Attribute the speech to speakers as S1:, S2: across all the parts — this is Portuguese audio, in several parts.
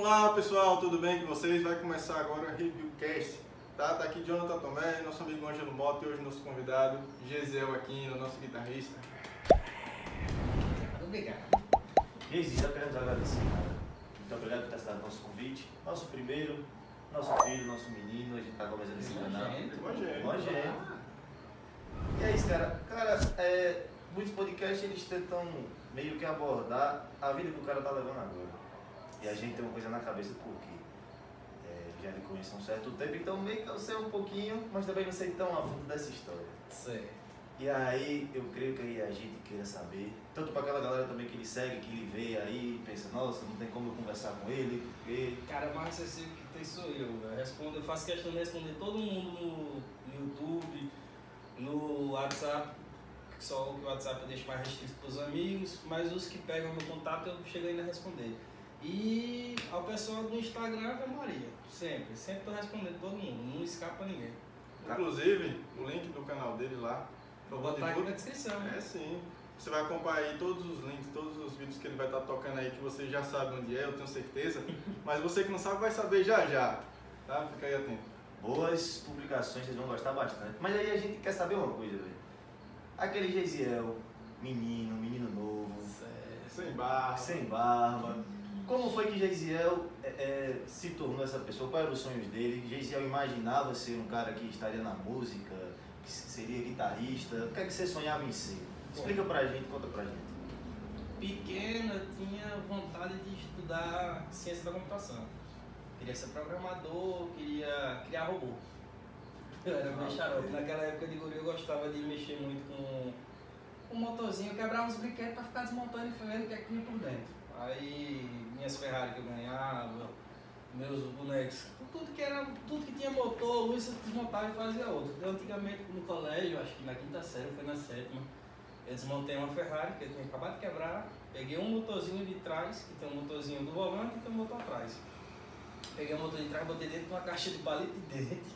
S1: Olá pessoal, tudo bem com vocês? Vai começar agora o Reviewcast, tá? Tá aqui Jonathan Tomé, nosso amigo Ângelo Mota e hoje nosso convidado, Gesiel Aquino, nosso guitarrista.
S2: Obrigado.
S3: Gesiel, queremos agradecer, cara. Muito obrigado por ter aceitado nosso convite. Nosso primeiro, nosso filho, nosso menino, a gente tá começando esse canal. Nojento. E é isso, cara. Muitos podcasts eles tentam meio que abordar a vida que o cara tá levando agora. E a gente tem uma coisa na cabeça porque já lhe conheço há um certo tempo, então meio que eu sei um pouquinho, mas também não sei tão a fundo dessa história.
S2: Sei.
S3: E aí eu creio que aí a gente queira saber, tanto para aquela galera também que ele segue, que ele vê aí, pensa, nossa, não tem como eu conversar com ele, porque...
S2: Cara, mais acessível que tem sou eu. Eu faço questão de responder todo mundo no YouTube, no WhatsApp, só que o WhatsApp eu deixo mais restrito para os amigos, mas os que pegam meu contato eu chego ainda a responder. E ao pessoal do Instagram, Ave Maria, sempre tô respondendo todo mundo, não escapa ninguém.
S1: Inclusive, o link do canal dele lá,
S2: Vou botar aqui na descrição.
S1: É sim. Você vai acompanhar aí todos os links, todos os vídeos que ele vai estar tocando aí, que você já sabe onde é, eu tenho certeza. Mas você que não sabe vai saber já já, tá? Fica aí atento.
S3: Boas publicações, vocês vão gostar bastante. Mas aí a gente quer saber uma coisa, velho. Aquele Gesiel, menino novo,
S1: Sem barba.
S3: sem barba. Como foi que Gesiel se tornou essa pessoa? Quais eram os sonhos dele? Gesiel imaginava ser um cara que estaria na música, que seria guitarrista? O que é que você sonhava em ser? Explica pra gente, conta pra gente.
S2: Pequeno eu tinha vontade de estudar ciência da computação. Queria ser programador, queria criar robô. Eu era bem xarope. Naquela época de guri eu gostava de mexer muito com um motorzinho, eu quebrava os brinquedos para ficar desmontando e vendo o que é que tinha por dentro. Aí minhas Ferrari que eu ganhava, meus bonecos, tudo que tinha motor, luz, eu desmontava e fazia outro. Então, antigamente no colégio, acho que na quinta série, foi na sétima, eu desmontei uma Ferrari que eu tinha acabado de quebrar, peguei um motorzinho de trás, que tem um motorzinho do volante e tem um motor atrás. Peguei o motor de trás, botei dentro de uma caixa de palito de dente.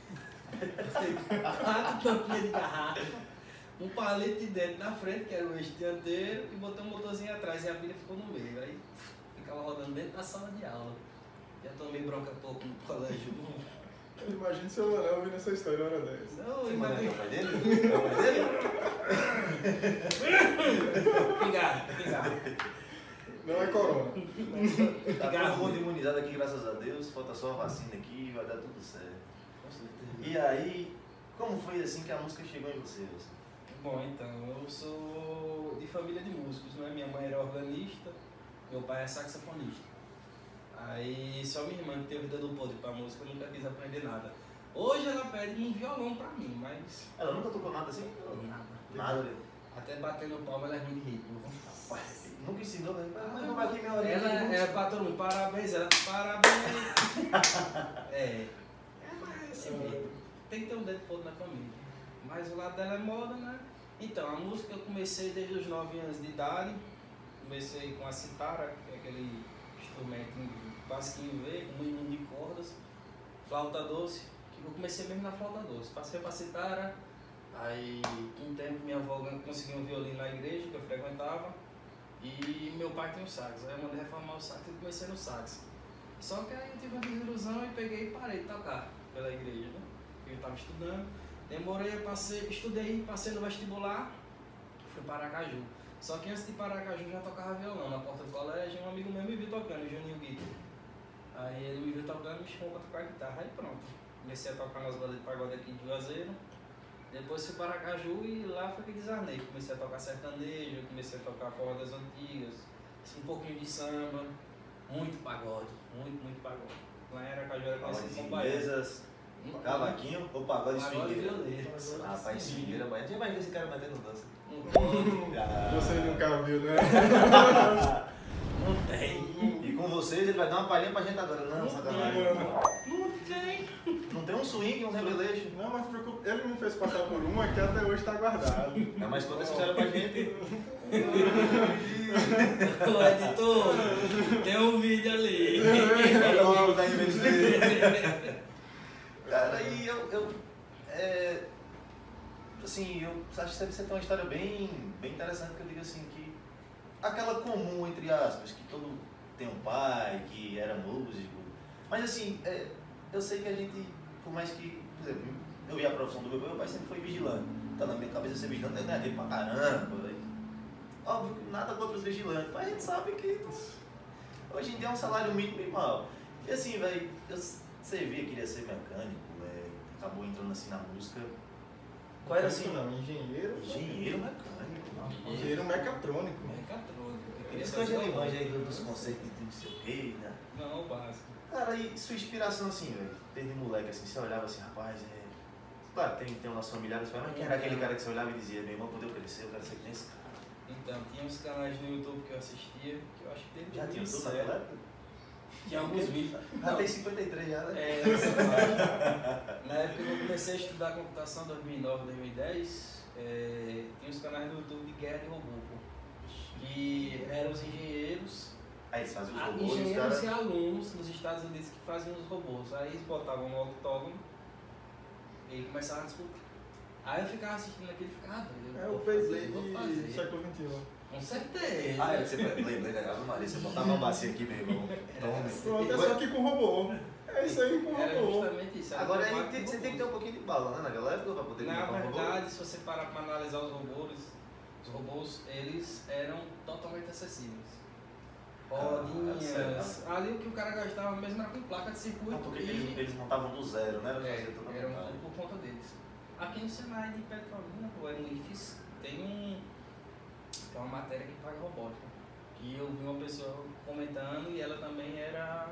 S2: Botei 4 tampinhas de garrafa, um palito de dentro na frente, que era o eixo dianteiro, e botei um motorzinho atrás e a pilha ficou no meio. Aí ficava rodando dentro da sala de aula. Já tomei bronca pouco no colégio.
S1: Imagina se eu ouvindo essa história na hora dessa.
S2: Não, imagina.
S3: É o pai dele? É o pai dele?
S2: Pigarro.
S1: Não é corona.
S3: Tá todo mundo imunizado aqui, graças a Deus. Falta só a vacina aqui e vai dar tudo certo. E aí, como foi assim que a música chegou em você?
S2: Bom, então, eu sou de família de músicos, né? Minha mãe era organista, meu pai é saxofonista. Aí só minha irmã que teve dedo podre pra música, eu nunca quis aprender nada. Hoje ela pede um violão pra mim, mas...
S3: Ela nunca tocou nada assim? Nada.
S2: Até bater no palmo ela é ruim de ritmo.
S3: Rapaz, nunca ensinou, né? Mas vamos aqui minha orelha.
S2: Ela é pra todo mundo, parabéns, ela, parabéns. Mas assim mesmo. Tem que ter um dedo podre na família. Mas o lado dela é moda, né? Então, a música eu comecei desde os 9 anos de idade. Comecei com a citara, que é aquele instrumento basquinho V, com um mínimo de cordas. Flauta doce, que eu comecei mesmo na flauta doce. Passei pra citara, aí um tempo minha avó conseguiu um violino na igreja que eu frequentava. E meu pai tem o sax, aí eu mandei reformar o sax e comecei no sax. Só que aí eu tive uma desilusão e peguei e parei de tocar pela igreja, né? Eu estava estudando. Demorei, estudei, passei no vestibular, fui para Aracaju. Só que antes de ir para Aracaju eu já tocava violão na porta do colégio, um amigo meu me viu tocando, o Juninho Guito. Aí ele me viu tocando e me chamou para tocar guitarra, aí pronto. Comecei a tocar nas bandas de pagode aqui de Juazeiro. Depois fui para Aracaju e lá foi que desarnei. Comecei a tocar sertanejo, comecei a tocar forró das antigas, um pouquinho de samba, muito pagode, muito pagode. Lá em Aracaju era conhecido como baiano.
S3: Cavaquinho ou pagode swingueira? Rapaz, swingueira, mas a gente imagina esse cara batendo dança.
S1: Você nunca viu, né?
S2: Não tem.
S3: E com vocês ele vai dar uma palhinha pra gente agora, não, sacanagem.
S2: Não tem.
S3: Não tem um swing, um revelation.
S1: Não, mas preocupa, ele me fez passar por uma que até hoje tá guardado.
S3: Não, mas conta essa história pra gente.
S2: Ô editor, tem um vídeo ali.
S3: Cara, e eu assim, eu acho que você tem uma história bem interessante, que eu digo assim, que aquela comum, entre aspas, que todo tem um pai que era músico. Mas assim, eu sei que a gente, por mais que, por exemplo, eu vi a profissão do meu pai sempre foi vigilante. Então na minha cabeça ser vigilante é ganhar dinheiro pra caramba, velho. Óbvio, nada contra os vigilantes, mas a gente sabe que hoje em dia é um salário mínimo e mal. E assim, velho, você via que queria ser mecânico, acabou entrando assim na música. Qual era assim?
S1: Não, engenheiro.
S3: Engenheiro mecânico.
S1: Engenheiro mecatrônico.
S3: Isso que eu já manja aí dos conceitos de não sei o quê, né?
S2: Não, o básico.
S3: Cara, e sua inspiração assim, velho? Desde moleque, assim, você olhava assim, rapaz, claro, tem um nosso familiar, mas quem era aquele cara que você olhava e dizia, meu irmão, quando eu crescer, eu quero ser que nem esse cara?
S2: Então, tinha uns canais no YouTube que eu assistia, que eu acho que teve.
S3: Já tinha YouTube naquela época?
S2: Tinha alguns vídeos.
S3: Já tem 53 já, né?
S2: Na época que eu comecei a estudar computação, 2009, 2010, tinha uns canais no YouTube de guerra de robô, pô. Que eram os engenheiros.
S3: Aí eles faziam os robôs,
S2: engenheiros e alunos nos Estados Unidos que faziam os robôs. Aí eles botavam no octógono e começavam a disputar. Aí eu ficava assistindo aquilo e ficava doido.
S1: É o Beyblade do século XXI.
S2: Com certeza.
S3: Você lembra da Grava Maria, você botava uma bacia aqui, meu irmão.
S1: Pronto, é só que com robô. É isso aí com robô.
S2: Era justamente isso.
S3: Agora aí você tem que ter um pouquinho de bala, né? Naquela época pra poder
S2: Na
S3: comprar um robô.
S2: verdade, se você parar para analisar os robôs, eles eram totalmente acessíveis. Rodinhas. Ali o que o cara gastava mesmo era com placa de circuito.
S3: Não, porque eles montavam do zero, né?
S2: Era tudo por conta deles. Aqui no Senai de Petrolina, pô, no IFES, tem uma matéria que paga robótica. E eu vi uma pessoa comentando e ela também era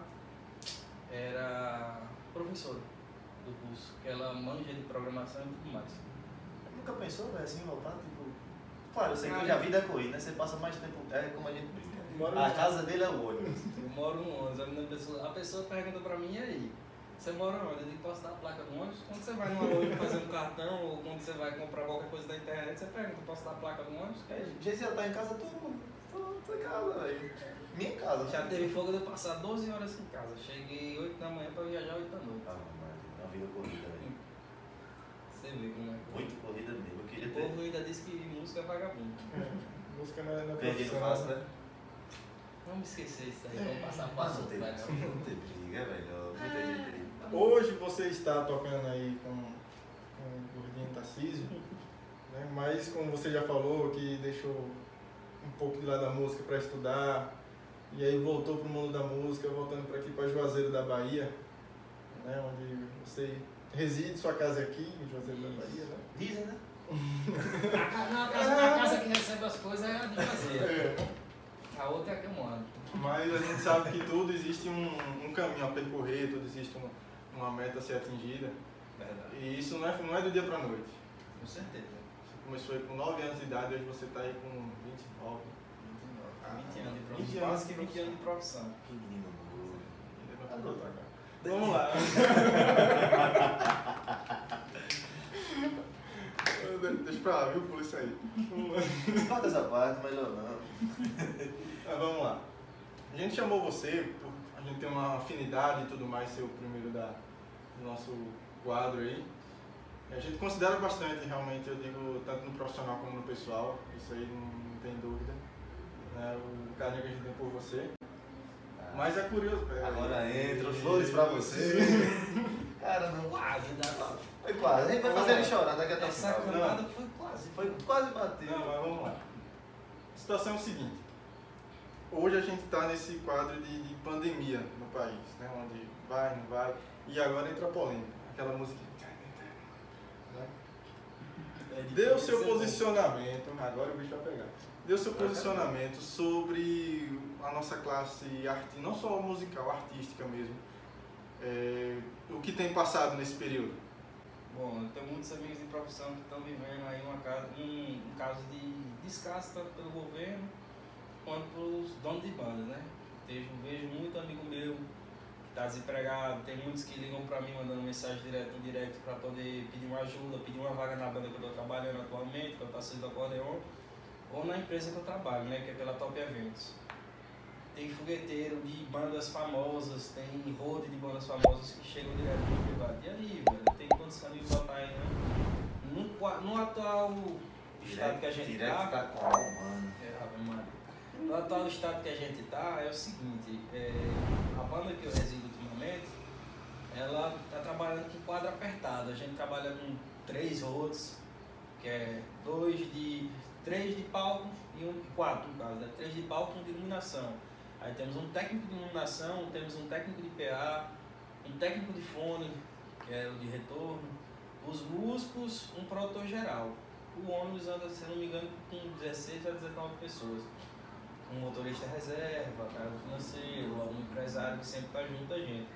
S2: professora do curso, que ela manja de programação e tudo mais.
S3: Nunca pensou, velho, assim, voltar, tipo... Claro, eu sei que hoje a vida é corrida, né? Você passa mais tempo, como a gente brinca. A casa dele é o ônibus.
S2: Eu moro no ônibus, a pessoa pergunta pra mim, e aí? Você mora onde? Eu digo, posso dar a placa do ônibus? Quando você vai numa loja fazer um cartão ou quando você vai comprar qualquer coisa da internet, você pergunta, posso dar a placa do ônibus?
S3: Geisiel tá em casa, tô em casa, velho. Minha casa.
S2: Já teve folga de eu passar 12 horas em casa. Cheguei 8 da manhã pra viajar 8 da noite.
S3: Ah, mas é uma vida corrida, velho.
S2: Você vê como é.
S3: Muito corrida mesmo. Eu queria
S2: O povo ainda diz que música é vagabundo.
S1: Música não é
S3: perdido fácil, né?
S2: Vamos esquecer isso aí, vamos passar passo.
S3: Não tem briga, velho. Muita gente aí.
S1: Hoje você está tocando aí com o Gordinho Tarcísio, né? Mas como você já falou, que deixou um pouco de lado da música para estudar, e aí voltou para o mundo da música, voltando para aqui para Juazeiro da Bahia, né? Onde você reside, sua casa é aqui, em Juazeiro da Bahia, né?
S3: Dizem, né?
S2: A casa que recebe as coisas é a de Juazeiro. A outra é a que eu moro.
S1: Mas a gente sabe que tudo existe um caminho a percorrer, tudo existe uma meta a ser atingida.
S3: Verdade.
S1: E isso não é do dia para a noite.
S2: Com certeza.
S1: Você começou aí com 9 anos de idade, hoje você está aí com 29.
S2: 20 anos de
S1: 20
S2: profissão.
S1: anos
S2: Quase que 20 anos de profissão.
S3: Que menino novo.
S1: Vamos lá. Deixa pra lá, viu, polícia aí.
S3: Corta essa parte, melhor não.
S1: Mas vamos lá. A gente chamou você, a gente tem uma afinidade e tudo mais, ser o primeiro do nosso quadro aí. A gente considera bastante, realmente, eu digo, tanto no profissional como no pessoal, isso aí não tem dúvida, né? O carinho que a gente tem por você. Mas é curioso.
S3: Agora entra, flores pra você. Cara, não.
S2: Quase, dá.
S3: Foi quase. A gente vai fazer ele chorar daqui até o
S2: Essa
S3: final.
S2: camada foi quase.
S3: Foi quase bater.
S1: Não, mas vamos lá. A situação é o seguinte. Hoje a gente está nesse quadro de pandemia no país, né? Onde vai, não vai. E agora entra a polêmica. Aquela música. Né? Dê o seu posicionamento. Agora o bicho vai pegar. Dê o seu posicionamento sobre a nossa classe, não só musical, artística mesmo. O que tem passado nesse período?
S2: Bom, eu tenho muitos amigos de profissão que estão vivendo aí um caso de descaso tanto pelo governo quanto pelos donos de banda, né? Vejo muito amigo meu que está desempregado, tem muitos que ligam para mim mandando mensagem direto para poder pedir uma ajuda, pedir uma vaga na banda que eu estou trabalhando atualmente, que é o Tarcísio do Acordeon, ou na empresa que eu trabalho, né? Que é pela Top Eventos. Tem fogueteiro de bandas famosas, tem road de bandas famosas que chegam direto no privado. E aí, velho, tem condição de botar aí, né? No atual estado que a gente
S3: tá com a mano.
S2: Ave Maria. No atual estado que a gente está, é o seguinte, a banda que eu resido ultimamente, ela está trabalhando com quadro apertado. A gente trabalha com 3 rotes, que é 3 de palco e 4 no caso, né? 3 de palco e 1 de iluminação. Aí temos um técnico de iluminação, temos um técnico de PA, um técnico de fone, que é o de retorno, os músicos, um produtor geral. O ônibus anda, se não me engano, com 16 a 19 pessoas. Um motorista reserva, cara do financeiro, um empresário que sempre está junto a gente.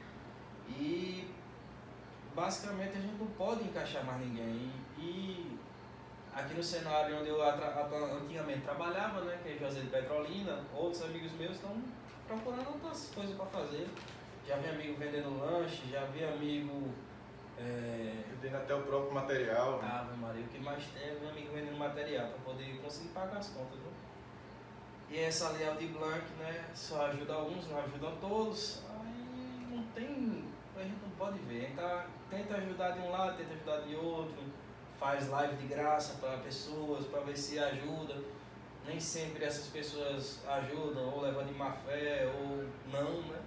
S2: E basicamente a gente não pode encaixar mais ninguém. E aqui no cenário onde eu antigamente trabalhava, né, que é José de Petrolina, outros amigos meus estão procurando outras coisas para fazer. Já vi amigo vendendo lanche, já vi amigo...
S1: vendendo até o próprio material.
S2: Ave Maria, o que mais tem é meu amigo vendendo material para poder conseguir pagar as contas, viu? E essa Lei Aldir Blanc, né, só ajuda alguns, não ajuda todos. Aí não tem, a gente não pode ver. A gente tenta ajudar de um lado, tenta ajudar de outro, faz live de graça para pessoas, para ver se ajuda. Nem sempre essas pessoas ajudam, ou levam de má fé, ou não, né?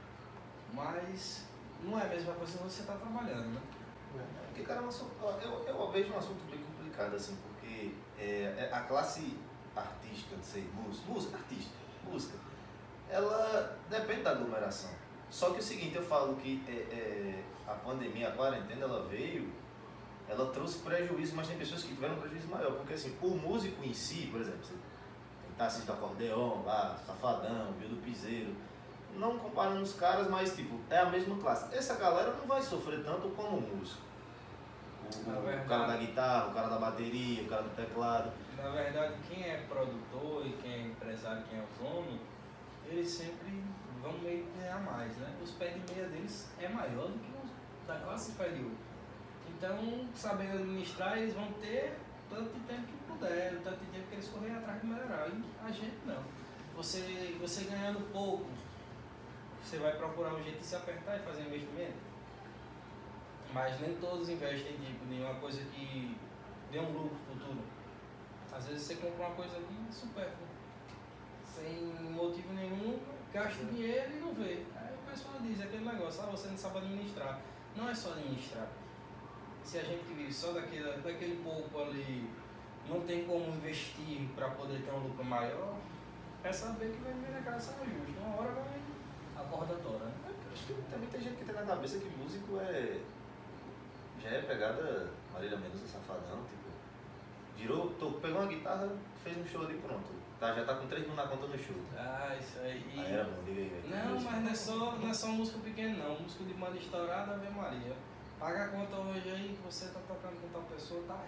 S2: Mas não é a mesma coisa que você está trabalhando, né?
S3: Porque, cara, eu vejo um assunto bem complicado, assim, porque a classe artística de ser música, ela depende da aglomeração. Só que é o seguinte, eu falo que a pandemia, a quarentena, ela trouxe prejuízo, mas tem pessoas que tiveram um prejuízo maior, porque assim, o músico em si, por exemplo, você tá assistindo acordeon, lá, Safadão, Bill do Piseiro, não comparando os caras, mas tipo, é a mesma classe. Essa galera não vai sofrer tanto como o músico. O cara da guitarra, o cara da bateria, o cara do teclado.
S2: Na verdade, quem é produtor e quem é empresário, quem é autônomo, eles sempre vão meio que ganhar mais, né? Os pés de meia deles é maior do que os da classe inferior. Então, sabendo administrar, eles vão ter tanto tempo que puder, tanto tempo que eles correm atrás de melhorar. E a gente não. Você ganhando pouco, você vai procurar um jeito de se apertar e fazer investimento. Mas nem todos investem em uma coisa que dê um lucro futuro. Às vezes você compra uma coisa aqui supérflua, sem motivo nenhum, gasta dinheiro e não vê. Aí o pessoal diz aquele negócio, você não sabe administrar. Não é só administrar. Se a gente que vive só daquele pouco ali, não tem como investir para poder ter um lucro maior, é saber que vai vir na casa justa. Uma hora vai a corda tora, né?
S3: Acho que também tem gente que tem na cabeça que músico já é pegada Marília Mendonça, Safadão, tipo, pegou uma guitarra, fez um show ali, pronto. Já tá com 3 mil na conta no show.
S2: Isso aí.
S3: Aí era bom, diga aí.
S2: Não, mas não é só um músico pequeno não, um músico de banda estourada, Ave Maria. Paga a conta hoje aí, que você tá tocando com tal pessoa, tá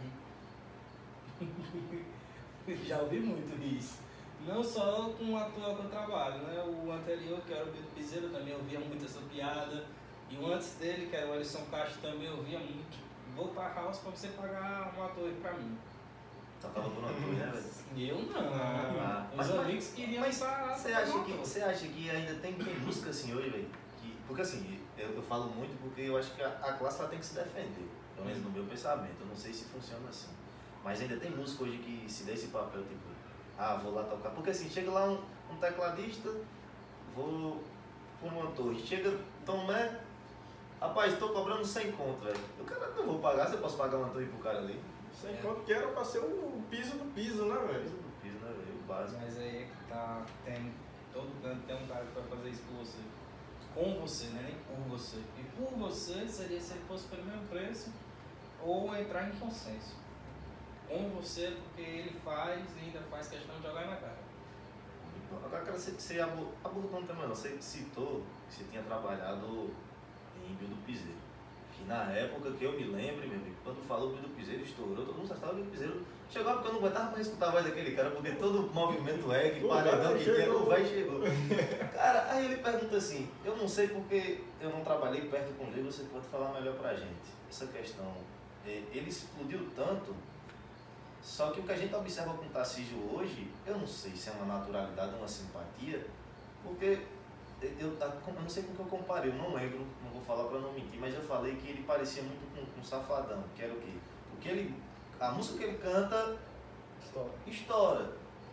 S2: rico. Já ouvi muito isso. Não só com o atual que eu trabalho, né? O anterior, que era o Bill do Piseiro, também ouvia muito essa piada. E o antes dele, que era o Alisson Castro, também ouvia muito. Vou pra house pra você pagar uma torre pra mim.
S3: Tocava por uma torre, né, velho?
S2: Eu não. Os amigos queriam parar.
S3: Você acha que ainda tem música assim hoje, velho? Porque assim, eu falo muito porque eu acho que a classe ela tem que se defender. Pelo menos no meu pensamento. Eu não sei se funciona assim. Mas ainda tem música hoje que se dá esse papel, tipo, vou lá tocar. Porque assim, chega lá um tecladista, vou por uma torre. Chega Tomé, rapaz, tô cobrando 100 conto, velho. O cara não vou pagar, se eu posso pagar uma torre pro cara ali.
S1: 100 conto que era pra ser o piso do piso, né, velho?
S3: Piso do piso, né, velho? O básico.
S2: Mas aí é que tá, todo canto tem um cara que vai fazer isso por você. Com você, né? Nem por você. E por você seria se ele fosse pelo mesmo preço ou entrar em consenso. Com você, porque ele faz e ainda faz questão de jogar na cara.
S3: Agora, cara, você abordou um tema, não. Você citou que você tinha trabalhado em Bill do Piseiro. Que na época que eu me lembro, meu amigo, quando falou Bill do Piseiro, estourou, todo mundo só estava Bill do Piseiro. Chegou porque eu não aguentava mais escutar a voz daquele cara, porque todo movimento paredão que tinha, o vai chegou. Cara, aí ele pergunta assim, eu não sei porque eu não trabalhei perto com ele, você pode falar melhor pra gente. Essa questão, ele explodiu tanto, só que o que a gente observa com o Tarcísio hoje, eu não sei se é uma naturalidade ou uma simpatia, porque eu não sei com o que eu comparei, eu não lembro, não vou falar pra não mentir, mas eu falei que ele parecia muito com Safadão, que era o quê? A música que ele canta estoura.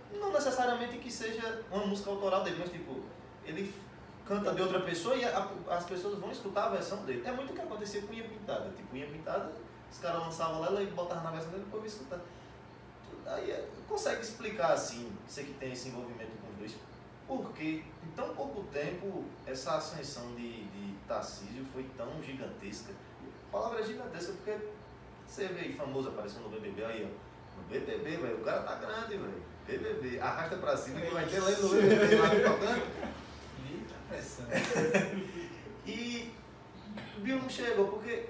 S3: Não necessariamente que seja uma música autoral dele, mas tipo, ele canta de outra pessoa e as pessoas vão escutar a versão dele. É muito o que acontecia com Unha Pintada. Tipo, Unha Pintada, os caras lançavam lá e botavam na versão dele e o povo ia escutar. Aí consegue explicar assim, você que tem esse envolvimento com os dois, por que em tão pouco tempo essa ascensão de Tarcísio foi tão gigantesca. A palavra é gigantesca porque você vê famoso aparecendo no BBB aí, ó. No BBB, velho, o cara tá grande, velho. BBB, arrasta pra cima que vai ter lá no BBB lá tocando.
S2: Eita, pressão.
S3: E Bill não chegou porque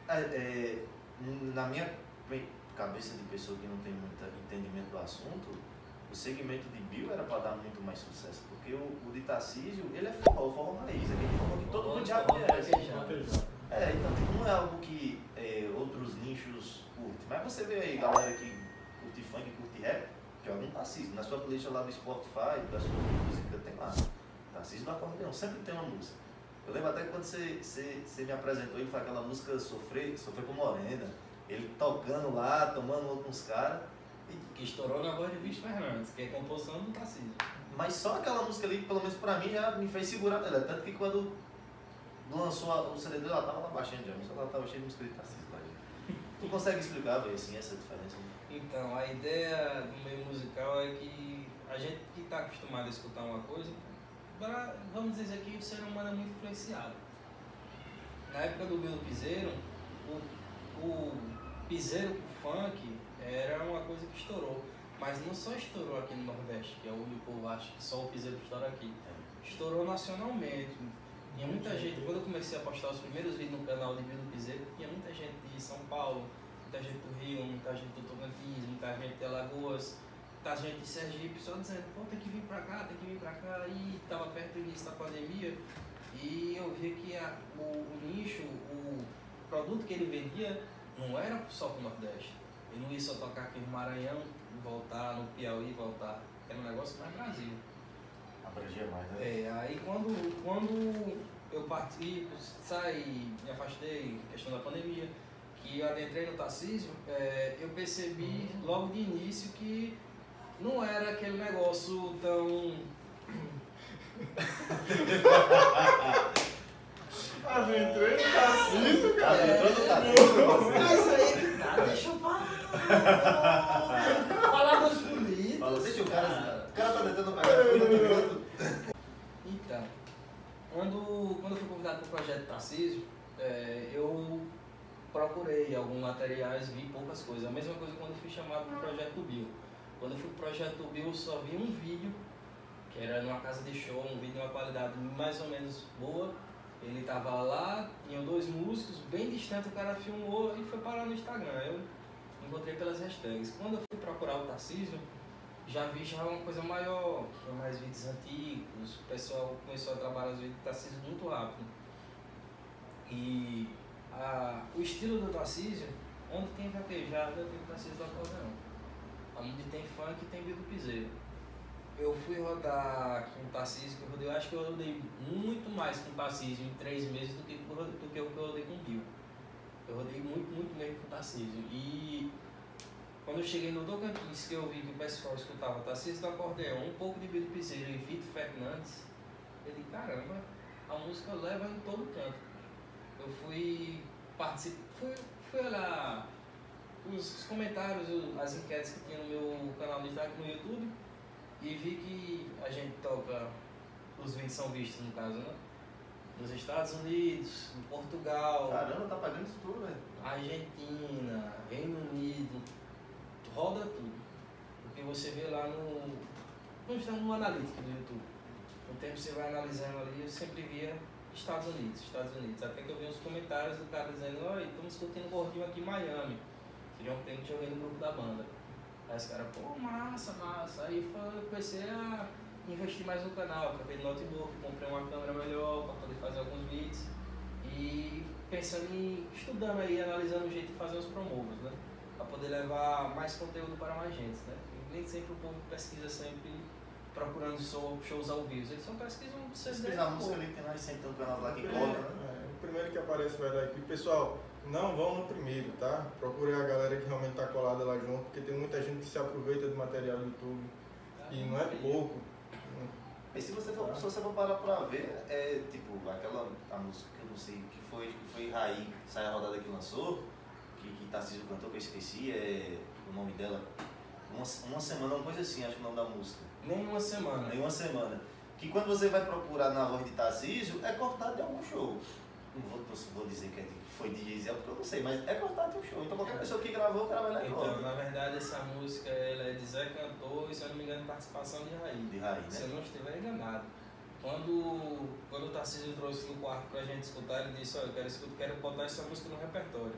S3: na minha cabeça de pessoa que não tem muito entendimento do assunto, o segmento de Bill era para dar muito mais sucesso, porque o de Tarcísio, ele é forró raiz, aquele forró que todo mundo já conhece. Então tipo, não é algo que outros nichos curtem, mas você vê aí galera que curte funk, curte rap, joga um Tarcísio, na sua playlist lá do Spotify, da sua música, tem lá, Tarcísio do acordeão, sempre tem uma música. Eu lembro até que quando você me apresentou, ele foi aquela música Sofrer com Morena, ele tocando lá, tomando uma com os caras.
S2: Que estourou na voz de Bicho Fernandes, que é composição do Tarcísio.
S3: Mas só aquela música ali, pelo menos pra mim, já me fez segurar dela. Tanto que quando lançou o CD dele, ela tava lá baixando já, mas ela tava cheia de música de Tarcísio lá. Tu consegue explicar, velho, assim, essa diferença?
S2: Então, a ideia do meio musical é que a gente que está acostumado a escutar uma coisa, vamos dizer que o ser humano é muito influenciado. Na época do Bill Piseiro, o piseiro com funk era uma coisa que estourou, mas não só estourou aqui no Nordeste, que é o único, acho que só o piseiro estoura aqui, estourou nacionalmente. Tinha muita gente, quando eu comecei a postar os primeiros vídeos no canal de Bill Piseiro, tinha muita gente de São Paulo, muita gente do Rio, muita gente do Tocantins, muita gente de Alagoas, muita gente de Sergipe, só dizendo, pô, tem que vir pra cá, e tava perto do início da pandemia, e eu vi que o nicho, o produto que ele vendia não era só pro Nordeste. Ele não ia só tocar aqui no Maranhão, voltar, no Piauí, voltar. Era um negócio mais Brasil.
S3: Abrangia mais, né?
S2: Aí quando eu parti, saí, me afastei, questão da pandemia, que eu adentrei no Tarcísio, eu percebi logo de início que não era aquele negócio tão...
S1: Adentrei no Tarcísio, cara.
S3: Adentrou no Tarcísio.
S2: Mas aí, deixa eu falar. Palavras bonitas.
S3: Deixa o cara tá tentando pegar.
S2: Então, quando eu fui convidado para o projeto Tarcísio, eu procurei alguns materiais, vi poucas coisas. A mesma coisa quando eu fui chamado para o projeto do Bill. Quando eu fui para o projeto do Bill, eu só vi um vídeo, que era numa casa de show, um vídeo de uma qualidade mais ou menos boa. Ele tava lá, tinham 2 músicos, bem distante, o cara filmou e foi parar no Instagram. Eu encontrei pelas hashtags. Quando eu fui procurar o Tarcísio, já vi uma coisa maior, tinha mais vídeos antigos, o pessoal começou a trabalhar os vídeos do Tarcísio muito rápido. E o estilo do Tarcísio, onde tem vaquejada, tem o Tarcísio do acordeão. Onde tem funk, tem vídeo piseiro. Eu fui rodar com o Tarcísio, eu acho que eu rodei muito mais com o Tarcísio em 3 meses do que o que eu rodei com o Bill. Eu rodei muito mesmo com o Tarcísio. E quando eu cheguei no Tocantins, que eu vi que o pessoal escutava Tarcísio do acordeão, um pouco de Bill Piseiro e Vitor Fernandes, eu disse, caramba, a música leva em todo canto. Eu fui olhar os comentários, as enquetes que tinha no meu canal de Instagram, no YouTube, e vi que a gente toca, os vídeos são vistos no caso, né? Nos Estados Unidos, em Portugal.
S3: Caramba, tá pagando isso tudo, velho.
S2: Argentina, Reino Unido, roda tudo. Porque você vê lá no analítico do YouTube. No tempo você vai analisando ali, eu sempre via Estados Unidos. Até que eu vi uns comentários do cara dizendo, oi, estamos discutindo gordinho aqui em Miami. Seria um tempo que eu joguei no grupo da banda. Aí os caras, pô, massa. Aí eu comecei a investir mais no canal, acabei de notebook, comprei uma câmera melhor para poder fazer alguns vídeos. E pensando estudando aí, analisando o jeito de fazer os promovos, né? Para poder levar mais conteúdo para mais gente, né? E nem sempre o povo pesquisa sempre procurando shows ao vivo, eles só pesquisam o CD.
S3: Pesquisar a música ali, tem mais sempre um canal lá que conta, né?
S1: O primeiro que aparece vai dar aqui. Pessoal, não vão no primeiro, tá? Procure a galera que realmente tá colada lá junto, porque tem muita gente que se aproveita do material do YouTube. E não é pouco.
S3: E se você for parar pra ver, é tipo, a música que eu não sei, que foi Raí, Sai a Rodada que lançou, que Tarcísio cantou, que eu esqueci, o nome dela. Uma semana, uma coisa assim, acho que o nome da música.
S2: Nem uma semana.
S3: Que quando você vai procurar na voz de Tarcísio, é cortado de algum show. Não vou dizer que foi de Gisele, porque eu não sei, mas é cortado de um show. Então qualquer pessoa que gravou, grava lá e
S2: Então, na verdade, essa música ela é de Zé Cantor e, se eu não me engano, participação de Raí.
S3: Né?
S2: Se eu não estiver enganado. Quando o Tarcísio trouxe no quarto pra gente escutar, ele disse, olha, eu quero botar essa música no repertório.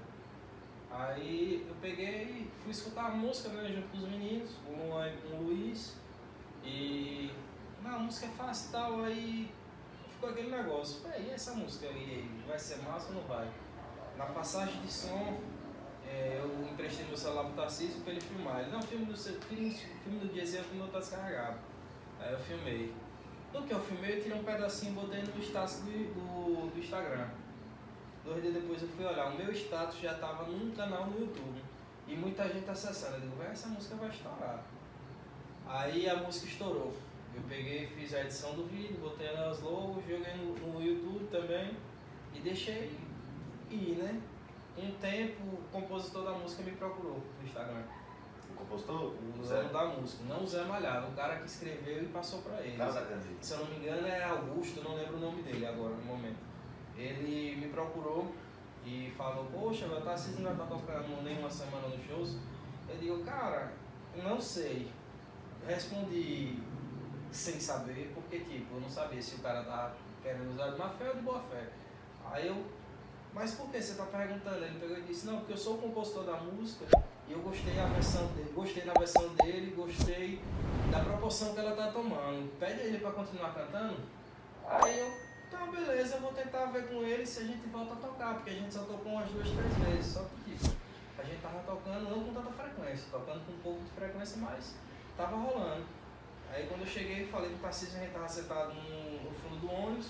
S2: Aí eu peguei e fui escutar a música, né, junto com os meninos, com o Luiz. E a música é fácil e tal, aí ficou aquele negócio. E essa música aí, vai ser massa ou não vai? Na passagem de som, eu emprestei meu celular pro Tarcísio pra ele filmar. Ele, não, filme do Diesel que o meu tá descarregado. Aí eu filmei. No que eu filmei, eu tirei um pedacinho e botei no status do Instagram. 2 dias depois eu fui olhar, o meu status já estava num canal no YouTube. E muita gente acessando. Eu digo, essa música vai estourar. Aí a música estourou. Eu peguei, fiz a edição do vídeo, botei nas logos, joguei no YouTube também e deixei ir, né? Um tempo, o compositor da música me procurou no Instagram.
S3: O compositor?
S2: O dono da música, não o Zé Malhado, o cara que escreveu e passou pra ele. Se eu não me engano é Augusto, eu não lembro o nome dele agora no momento. Ele me procurou e falou, poxa, meu Tarcísio não vai estar tocando nem uma semana nos shows. Eu digo, cara, não sei. Respondi sem saber, porque tipo, eu não sabia se o cara tava querendo usar de má fé ou de boa fé. Aí eu, mas por que você tá perguntando? Ele pegou e disse, não, porque eu sou o compositor da música e eu gostei da versão dele, gostei da proporção que ela tá tomando. Pede ele pra continuar cantando. Aí eu, então beleza, eu vou tentar ver com ele se a gente volta a tocar, porque a gente só tocou umas 2, 3 vezes, só que tipo, a gente tava tocando não com tanta frequência, tocando com um pouco de frequência, mas tava rolando. Aí quando eu cheguei, falei com o Tarcísio, a gente tava sentado no fundo do ônibus,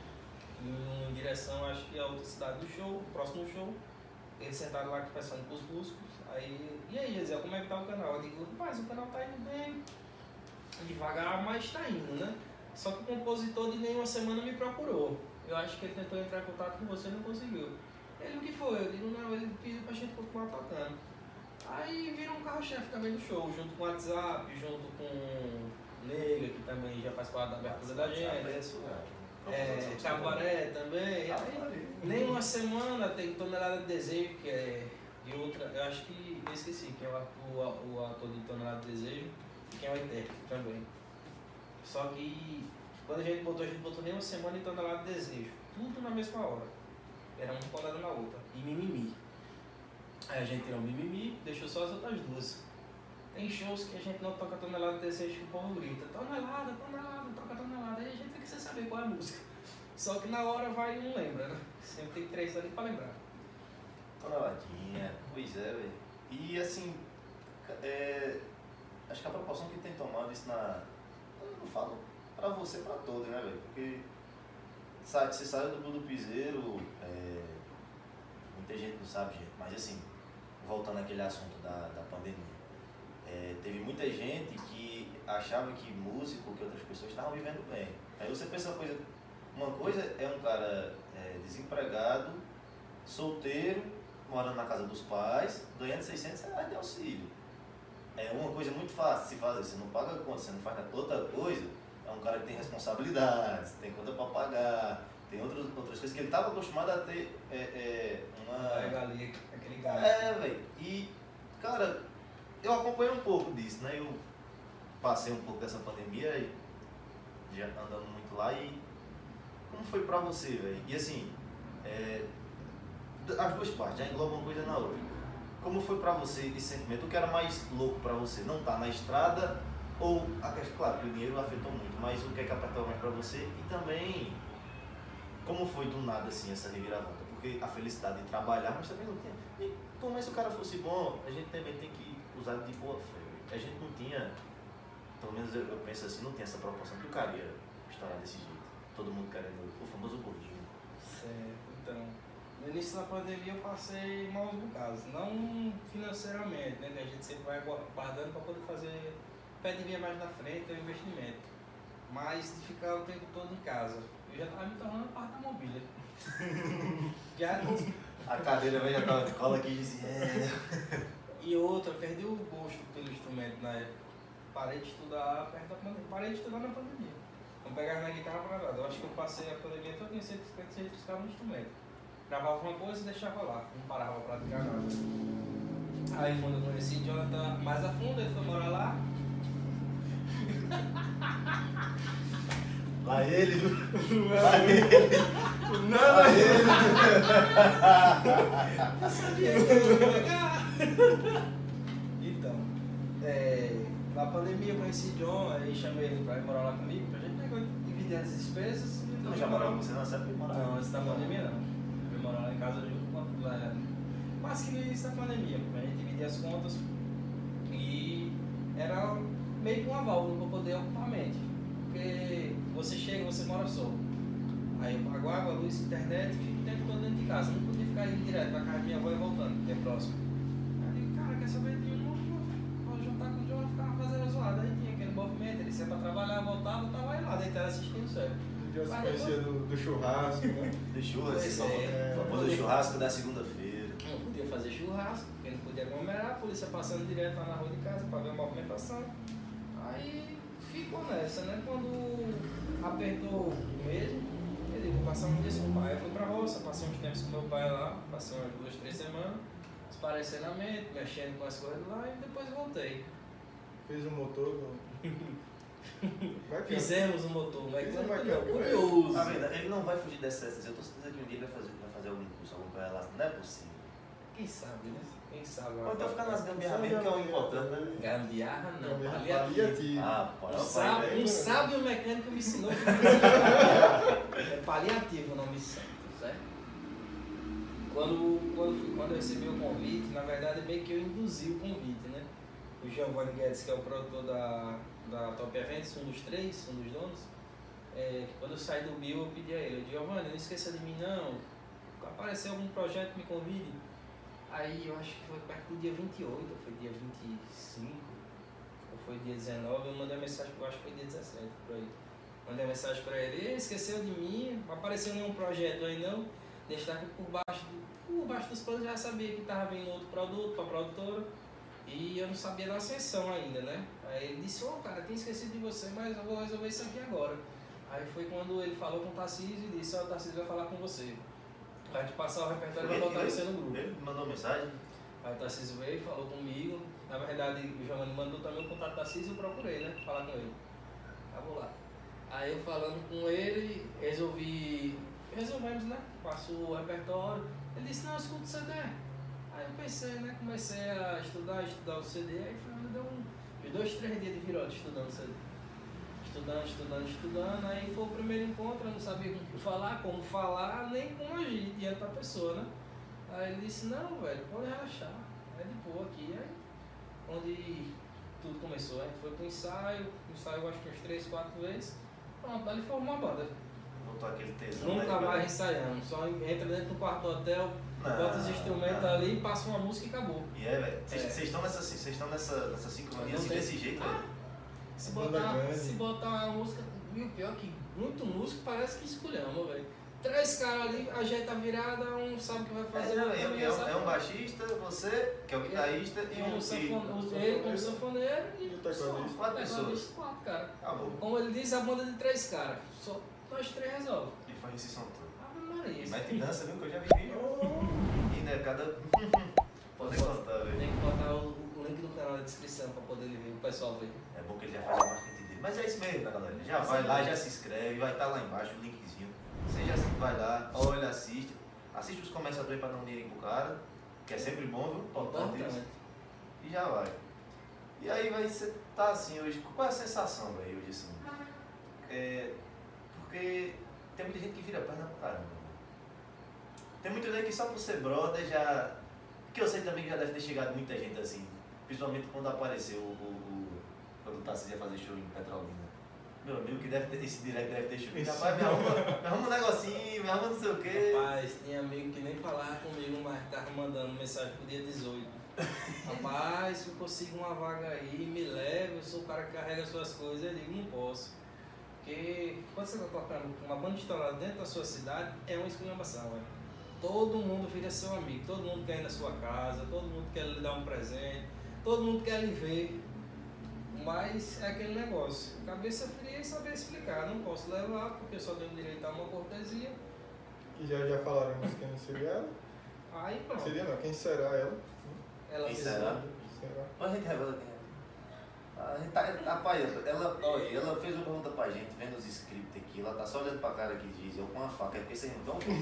S2: em direção, acho que a outra cidade do show, próximo show. Eles sentaram lá conversando com os músicos. Aí, e aí, Gisele, como é que tá o canal? Eu digo, mas o canal tá indo bem, devagar, mas tá indo, né? Só que o compositor de nenhuma semana me procurou. Eu acho que ele tentou entrar em contato com você e não conseguiu. Ele, o que foi? Eu digo, não, ele pediu pra gente continuar tocando. Aí virou um carro-chefe também do show, junto com o WhatsApp, junto com o Nega, que também já faz parte da abertura da gente. Cabaré também. Aí, nem uma semana tem Tonelada de Desejo, que é de outra. Eu acho que. Eu esqueci quem é o ator de Tonelada de Desejo e quem é o intérprete também. Só que quando a gente botou nem uma semana em Tonelada de Desejo. Tudo na mesma hora. Era uma colada na outra. E Mimimi. Aí a gente tirou Mimimi, deixou só as outras duas. Tem shows que a gente não toca Tonelada de Desejo que o povo grita, tonelada, toca tonelada. Aí a gente fica sem saber qual é a música. Só que na hora vai e não lembra, né? Sempre tem 3 ali pra lembrar.
S3: Toneladinha, pois é, velho. E assim, acho que a proporção que tem tomado isso eu não falo pra você, pra todos, né, velho? Porque você sabe do Budo Piseiro, muita gente não sabe, gente, mas assim, voltando àquele assunto da pandemia. Teve muita gente que achava que músico, que outras pessoas estavam vivendo bem. Aí você pensa uma coisa é um cara desempregado, solteiro, morando na casa dos pais, ganhando 600 reais de auxílio. É uma coisa muito fácil de se fazer, você não paga conta, você não faz nada. Outra coisa é um cara que tem responsabilidades, tem conta para pagar, tem outras coisas que ele estava acostumado a ter
S2: aquele gasto.
S3: Velho. E, cara, eu acompanhei um pouco disso, né? Eu passei um pouco dessa pandemia e já andando muito lá. E como foi pra você, velho? E assim, as duas partes, já engloba uma coisa na outra. Como foi pra você esse sentimento? O que era mais louco pra você? Não estar na estrada ou, claro que o dinheiro afetou muito, mas o que é que apertou mais pra você? E também, como foi do nada assim essa reviravolta? Porque a felicidade de trabalhar, mas também não tinha. E por mais se o cara fosse bom, a gente também tem que usar de boa fé. A gente não tinha, pelo menos eu penso assim, não tinha essa proporção que o cara ia estourar desse jeito. Todo mundo querendo o famoso gordinho.
S2: Certo, então. No início da pandemia eu passei maus bocados, não financeiramente, né? Que a gente sempre vai guardando para poder fazer pé de via mais na frente é o investimento. Mas de ficar o tempo todo em casa, eu já estava me tornando parte da mobília. Já...
S3: A cadeira já cola aqui e dizia.
S2: E outra, eu perdi o gosto pelo instrumento na época. Parei de estudar perto da pandemia. Parei de estudar na pandemia. Não pegava na guitarra para nada. Eu acho que eu passei a pandemia toda sem buscar no instrumento. Gravava uma coisa e deixava lá. Não parava para praticar nada. Aí quando eu conheci o Jonathan mais a fundo, ele foi morar lá.
S3: Lá ele, viu? Lá ele.
S1: Não, lá ele.
S2: Eu sabia que eu ia pegar. Então, na pandemia eu conheci o John, aí chamei ele pra ir morar lá comigo, pra gente dividir as despesas.
S3: Não já morava com você não? Sabe que morava?
S2: Não, antes da pandemia não. Eu ia morar lá em casa junto com a mas que no início da pandemia, a gente dividia as contas e era meio que uma válvula para poder ocupar a mente. Porque você chega, você mora só. Aí eu pago água, luz, internet e fico o tempo todo dentro de casa. Não podia ficar indo direto pra casa da minha avó e voltando, que é próximo. Aí eu digo, cara, quer saber de um? Vou juntar com o John e ficar fazendo a zoada. Aí tinha aquele movimento, ele ia pra trabalhar, voltava, eu tava aí lá, deitado assistindo o céu.
S1: Já se conhecia do churrasco, né?
S3: Do churrasco, o famoso churrasco da segunda-feira.
S2: Não podia fazer churrasco, porque não podia aglomerar, a polícia passando direto lá na rua de casa pra ver a movimentação. Aí ficou nessa, né? Quando apertou mesmo, eu digo, vou passar um dia com o pai. Eu fui pra roça, passei uns tempos com meu pai lá, passei umas 2, 3 semanas, esparecendo a mente, mexendo com as coisas lá e depois voltei.
S1: Fez um motor.
S2: Fizemos um motor, mas é
S1: curioso.
S3: A verdade, ele não vai fugir dessa essência. Eu tô certeza que um dia ele vai fazer algum curso, alguma coisa lá. Não é possível.
S2: Quem sabe, né? Quem sabe.
S3: Ou então ficar nas gambiarras mesmo, que é o importante, né?
S2: Gambiarra não,
S1: Paliativo.
S3: Ah, pô,
S2: um sábio mecânico me ensinou que é paliativo o nome certo, certo? Quando eu recebi o convite, na verdade meio que eu induzi o convite, né? O Giovanni Guedes, que é o produtor da Top Events, um dos donos, quando eu saí do Bill, eu pedi a ele, Giovanni, não esqueça de mim não, apareceu algum projeto, me convide. Aí eu acho que foi perto do dia 28, ou foi dia 25, ou foi dia 19, eu mandei uma mensagem, eu acho que foi dia 17, por aí. Mandei uma mensagem para ele esqueceu de mim, não apareceu nenhum projeto aí não, deixar aqui por baixo dos planos, já sabia que estava vindo outro produto para a produtora, e eu não sabia da ascensão ainda, né? Aí ele disse, cara, tinha esquecido de você, mas eu vou resolver isso aqui agora. Aí foi quando ele falou com o Tarcísio e disse, o Tarcísio vai falar com você. Vai te passar o repertório e vai botar você no grupo.
S3: Ele mandou mensagem?
S2: Aí o Tarcísio veio, falou comigo. Na verdade, o Giovanni mandou também o contato do Tarcísio e eu procurei, né? Falar com ele. Aí vou lá. Aí eu falando com ele, resolvemos, né? Passou o repertório. Ele disse, não, escuta o CD. Aí eu pensei, né? Comecei a estudar o CD. Aí foi onde deu uns 2, 3 dias de virada estudando o CD. Estudando, aí foi o primeiro encontro, eu não sabia com o que falar, como falar, nem como agir diante da pessoa, né? Aí ele disse, não, velho, pode relaxar, é de boa aqui. Aí, onde tudo começou, a gente foi pro ensaio acho que uns 3, 4 vezes, pronto, ali formou uma banda.
S3: Voltou aquele tesão.
S2: Nunca mais ensaiamos, só entra dentro do quarto do hotel, bota os instrumentos ali, passa uma música e acabou.
S3: E velho, vocês estão nessa sincronia assim, desse jeito, velho?
S2: Se botar uma música, e o pior que muito músico parece que escolhemos, velho. 3 caras ali, ajeita a virada, um sabe o que vai fazer.
S3: É um baixista, você, que é o guitarrista, e
S2: ele como sanfoneiro e
S3: só 4 pessoas.
S2: 4 caras.
S3: Acabou.
S2: Como ele diz, a banda de 3 caras. Só nós 3 resolve.
S3: E faz esse som todo.
S2: Ave Maria.
S3: E mete dança, viu? Que eu já vi. E né, cada. Pode contar, velho.
S2: Tem que botar o link do canal na descrição pra poder ver, o pessoal ver.
S3: É bom que ele já faz a marketing dele. Mas é isso mesmo, tá, galera? Já vai lá, já se inscreve, vai estar lá embaixo o linkzinho. Você já vai lá, olha, assiste. Assiste os começadores pra não irem pro cara, que é sempre bom, viu? Importante isso. E já vai. E aí você tá assim hoje. Qual é a sensação, velho, hoje assim? Porque tem muita gente que vira perna pro caramba. Tem muita gente que só por ser brother já. Que eu sei também que já deve ter chegado muita gente assim. Principalmente quando apareceu quando o Tarcísio ia fazer show em Petrolina. Meu amigo que deve ter, esse direct deve ter show. Rapaz, me arruma um negocinho, me arruma não sei o quê.
S2: Rapaz, tinha amigo que nem falava comigo, mas tava mandando mensagem pro dia 18. Rapaz, eu consigo uma vaga aí, me leva. eu sou o cara que carrega as suas coisas, eu digo, não posso. Porque quando você está tocando com uma banda estourada dentro da sua cidade, é uma esculhambação, velho. Todo mundo vira seu amigo, todo mundo quer ir na sua casa, todo mundo quer lhe dar um presente, todo mundo quer lhe ver. Mas é aquele negócio, cabeça fria e saber explicar. Não posso levar porque eu só tenho direito a uma cortesia.
S1: Que já falaram quem seria ela?
S2: Aí pronto.
S1: Seria não, quem será ela?
S3: Quem será?
S1: Será?
S3: Mas a gente revela quem é. A gente rapaz, ela fez uma pergunta pra gente, vendo os scripts aqui, ela tá só olhando pra cara que diz, eu com uma faca, é porque vocês não estão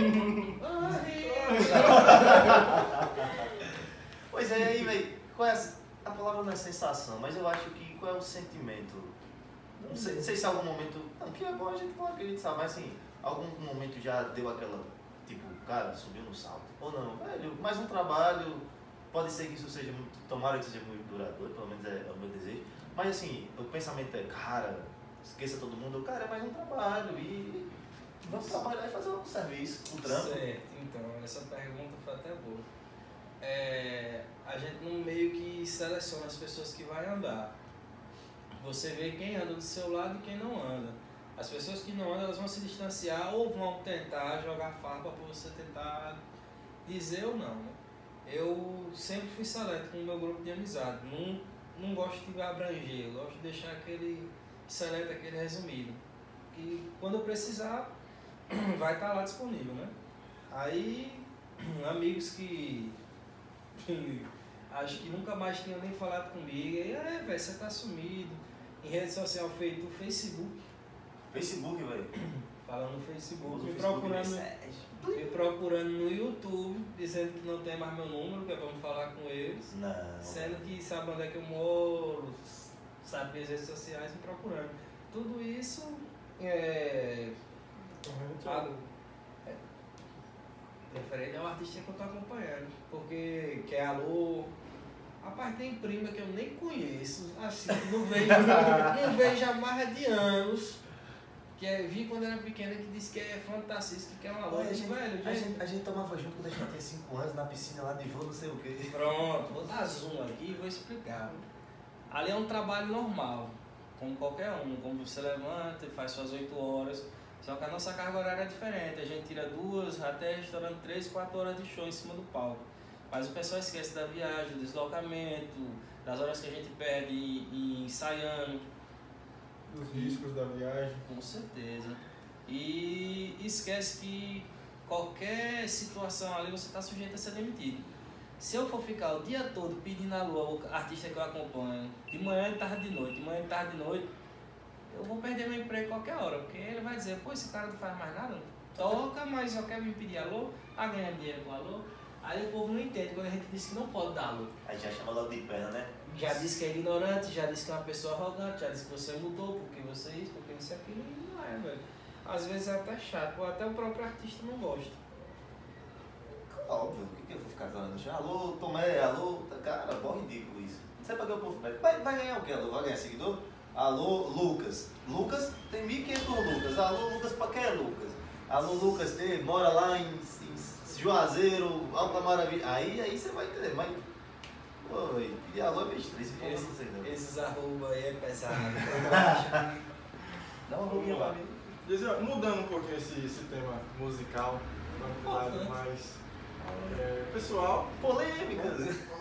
S3: Pois é, aí, velho, qual é a palavra não é sensação, mas eu acho que qual é o sentimento? Não sei se algum momento, não, que é bom a gente falar que a gente sabe, mas assim, algum momento já deu aquela, tipo, cara, subiu no salto, ou não, velho, mais um trabalho, pode ser que isso seja muito, tomara que seja muito duradouro, pelo menos é o meu desejo, mas assim, o pensamento é, cara, esqueça todo mundo, cara, é mais um trabalho e vamos trabalhar e fazer um serviço, um trampo.
S2: Certo, então, essa pergunta foi até boa. A gente não meio que seleciona as pessoas que vai andar. Você vê quem anda do seu lado e quem não anda. As pessoas que não andam, elas vão se distanciar ou vão tentar jogar farpa para você tentar dizer ou não, né? Eu sempre fui seleto com o meu grupo de amizade. Não gosto de abranger, eu gosto de deixar aquele seleto, aquele resumido. Que quando eu precisar, vai estar lá disponível, né? Aí, amigos que acho que nunca mais tinham nem falado comigo. E aí, velho, você tá sumido. Em rede social feito o Facebook.
S3: Facebook, velho.
S2: Falando no Facebook, me
S3: Facebook
S2: procurando no YouTube, dizendo que não tem mais meu número, que é pra me falar com eles.
S3: Não.
S2: Sendo que sabe onde é que eu moro, sabe as redes sociais, me procurando. Tudo isso referente ao artista que eu tô acompanhando. Porque quer alô. Rapaz, tem prima que eu nem conheço, assim, não vejo há mais de anos. Que vi quando era pequena que disse que é fantasista, que quer uma alô.
S3: A gente tomava junto quando a gente tinha 5 anos na piscina lá de voo, não sei o quê.
S2: Pronto, vou dar zoom aqui e vou explicar. Ali é um trabalho normal, como qualquer um, como você levanta e faz suas 8 horas. Só que a nossa carga horária é diferente, a gente tira 2, até estourando 3, 4 horas de show em cima do palco. Mas o pessoal esquece da viagem, do deslocamento, das horas que a gente perde ensaiando.
S1: Dos riscos da viagem.
S2: Com certeza. E esquece que qualquer situação ali você está sujeito a ser demitido. Se eu for ficar o dia todo pedindo alô ao artista que eu acompanho, de manhã e tarde de noite, eu vou perder meu emprego qualquer hora, porque ele vai dizer, pô, esse cara não faz mais nada, toca, mas só quer me pedir alô, a ganhar dinheiro com alô. Aí o povo não entende quando a gente diz que não pode dar alô.
S3: Aí já chama logo de perna, né?
S2: Já disse que é ignorante, já disse que é uma pessoa arrogante, já disse que você mudou, porque você isso, porque você aquilo, e não é, velho. Às vezes é até chato, ou até o próprio artista não gosta.
S3: Óbvio, por que eu vou ficar falando já? Alô, Tomé, alô, cara, bom ridículo isso. Não sei pra que o povo vai ganhar o quê? Alô, vai ganhar seguidor? Alô, Lucas. Lucas, tem 1.500 Lucas. Alô, Lucas, pra que é Lucas? Alô, Lucas, mora lá em Juazeiro, Alta Maravilha. Aí você vai entender, mas... Pô, e alô é meio estranho,
S2: esses arroba aí é pesado.
S3: Dá uma roubinha lá, viu?
S1: Mudando um pouquinho esse tema musical, para um lado mais pessoal.
S3: Polêmicas.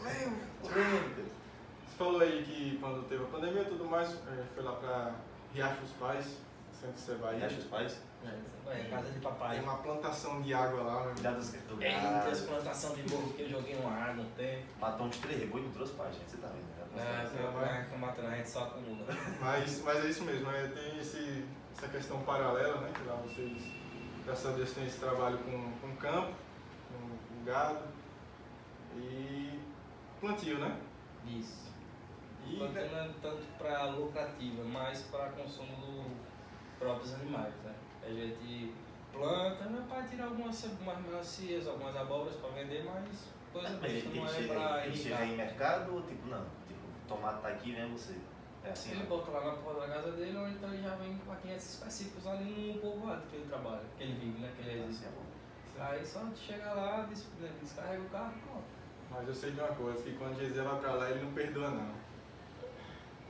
S1: Você falou aí que quando teve a pandemia e tudo mais, foi lá para Riacho dos Pais, sempre que você vai.
S3: Riacho dos Pais?
S2: Casa de papai.
S1: Tem uma plantação de água lá, né?
S3: Cuidado do
S2: tem as plantação de morro que eu joguei uma água, não tem.
S3: Matou uns 3 reboi e não trouxe pra gente, você tá vendo,
S2: né? Não mata a gente só acumula.
S1: Mas é isso mesmo, tem essa questão paralela, né? Que lá vocês, graças a Deus, tem esse trabalho com campo, com gado e plantio, né?
S2: Isso. Plantio não é tanto para lucrativa, mas para consumo dos próprios animais, né? A gente planta, né, para tirar algumas melancias, algumas abóboras para vender, mas coisa besta, não é para
S3: ele chega em mercado ou tipo, não? Tipo, tomate tá aqui, vem você. É assim,
S2: ele bota lá na porta da casa dele, ou então ele já vem com paquetes específicos ali no povoado que ele trabalha, que ele vive, né? Que ele existe. Aí só chega lá, descarrega o carro e pronto.
S1: Mas eu sei de uma coisa, que quando Jesus vai pra lá, ele não perdoa não. É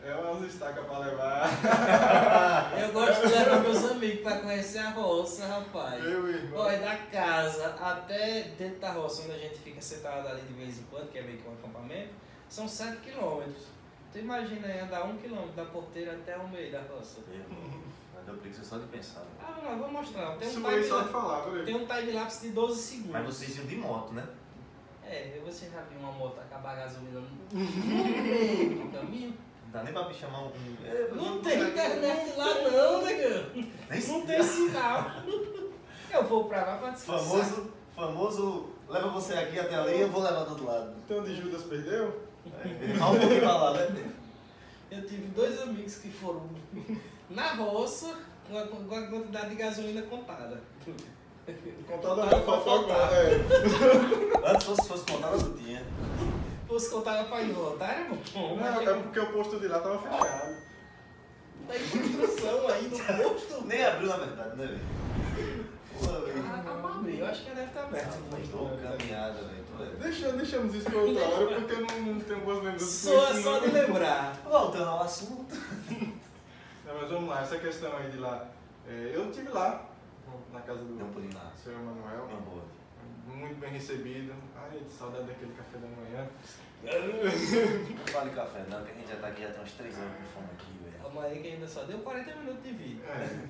S1: estacas pra levar.
S2: Eu gosto de levar meus amigos pra conhecer a roça, rapaz.
S1: Meu irmão.
S2: Olha, da casa até dentro da roça, onde a gente fica sentado ali de vez em quando, que é meio que um acampamento, são 7 quilômetros. Tu imagina aí andar 1 quilômetro da porteira até o meio da roça.
S3: Mas deu preguiça só de pensar.
S2: Ah, mas vou mostrar. Tem um
S1: Suei só de falar, peraí.
S2: tem um time-lapse de 12 segundos.
S3: Mas vocês iam de moto, né?
S2: É, você já viu uma moto acabar a gasolina no meio do caminho?
S3: Não dá nem pra me chamar um.
S2: Não tem internet lá não, negão. Não tem sinal. Eu vou pra lá pra descansar.
S3: Famoso, leva você aqui até ali, eu vou levar do outro lado.
S1: Então de Judas perdeu?
S3: Mal um pouquinho pra lá, né?
S2: Eu tive 2 amigos que foram na roça com a quantidade de gasolina contada.
S1: Contada não, faltou agora. É.
S3: Antes fosse contar, não tinha.
S2: Fosse contar pra ir voltar, era bom.
S1: Não, é porque o posto de lá tava fechado.
S2: Tá em construção aí no posto.
S3: Nem abriu na verdade, né, velho? Pô, velho.
S2: Ah, tá pra abrir, eu acho que deve estar aberto.
S3: Tô caminhada, velho.
S1: Deixamos isso pra outra hora porque eu não tenho boas lembranças.
S2: Só de lembrar.
S3: Voltando ao assunto.
S1: Não, mas vamos lá, essa questão aí de lá. Eu estive lá, na casa do
S3: Não pude nada.
S1: Sr. Manuel.
S3: Não boa.
S1: Muito bem recebido. Ai, saudade daquele café da manhã.
S3: Não vale café não, que a gente já tá aqui, já tem uns 3 anos com fome aqui, velho.
S2: Calma aí que ainda só deu 40 minutos de vídeo.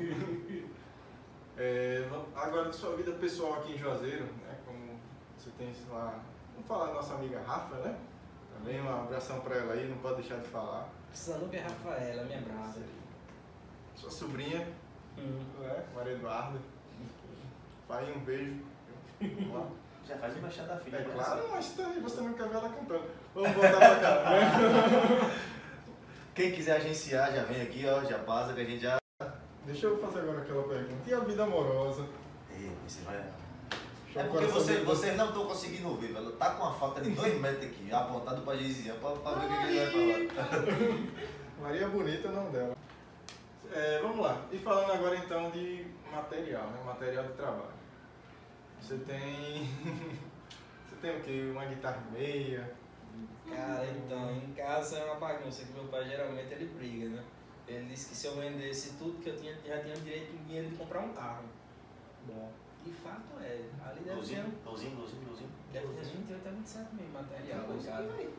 S1: Agora de sua vida pessoal aqui em Juazeiro, né? Como você tem lá. Vamos falar da nossa amiga Rafa, né? Também um abração pra ela aí, não pode deixar de falar.
S2: Zanubia Rafaela, minha brava.
S1: Sua sobrinha, né? Maria Eduarda. Pai, um beijo. Vamos lá.
S3: Já faz o mexer da filha.
S1: É
S3: né?
S1: claro, mas também você não quer ver ela cantando. Vamos voltar pra cá. Né?
S3: Quem quiser agenciar, já vem aqui, ó, já passa que a gente já...
S1: Deixa eu fazer agora aquela pergunta. E a vida amorosa?
S3: Você vai...
S1: Show
S3: É
S1: o
S3: porque
S1: coração dele.
S3: vocês não estão conseguindo ver, velho. Tá com uma faca de 2 metros aqui, apontado pra Geisian, pra ver o que ele vai falar.
S1: Maria Bonita é o nome dela. Vamos lá. E falando agora então de material, né? Material de trabalho. Você tem... Você tem o quê? Uma guitarra meia?
S2: Cara, então, em casa é uma bagunça, que meu pai geralmente ele briga, né? Ele disse que se eu vendesse tudo que eu tinha, já tinha direito de dinheiro de comprar um carro.
S1: Bom.
S2: De fato é. Ali deve ter,
S3: Golzinho.
S2: deve ter 28 a 27 mil material em casa.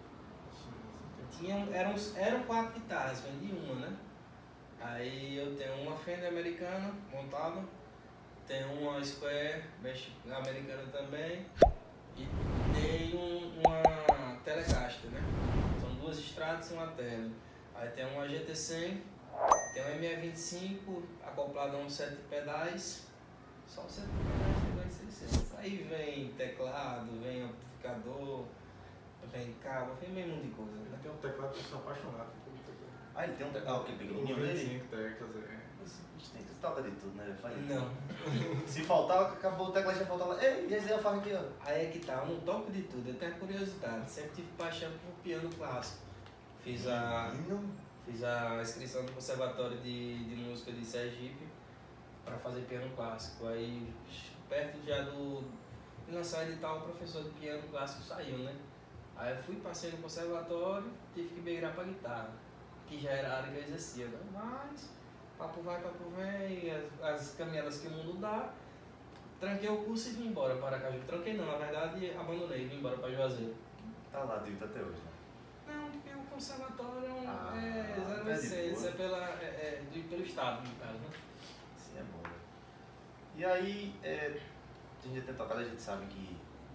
S2: Eram 4 guitarras, vendi uma, né? Aí eu tenho uma Fender americana montada, tenho uma Square americana também e tenho uma Telecaster, né? São 2 Stratos e uma Tele. Aí tem uma GT100, tem um ME25 acoplado a uns 7 pedais, só 7 pedais tem 2.600. Aí vem teclado, vem amplificador, vem cabo, vem meio mundo de coisa, né?
S1: Tem um teclado que eu sou apaixonado por teclado.
S3: Ah, ele tem um teclado, que pequenininho dele?
S1: 25 teclas,
S3: Tem que toca de tudo, né? Faz
S2: Não.
S3: Se faltar, acabou o teclado, já faltava lá. Ei, Geisian, fala aqui, ó.
S2: Aí é que tá, eu não toco de tudo, eu tenho curiosidade, sempre tive paixão por piano clássico. Fiz a inscrição no Conservatório de Música de Sergipe para fazer piano clássico. Aí, perto já de lançar edital, o professor de piano clássico saiu, né? Aí eu fui, passei no conservatório, tive que migrar para guitarra, que já era a área que eu exercia, né? Mas, papo vai, papo vem, as caminhadas que o mundo dá, tranquei o curso e vim embora para Aracaju. Tranquei não, na verdade abandonei, vim embora para Juazeiro.
S3: Tá lá dentro até hoje, né?
S2: Não, porque o conservatório
S3: é
S2: é zero
S3: de
S2: essência,
S3: boa.
S2: pelo Estado, no caso, né?
S3: Sim, é bom, né? E aí, a gente tem tocado, a gente sabe que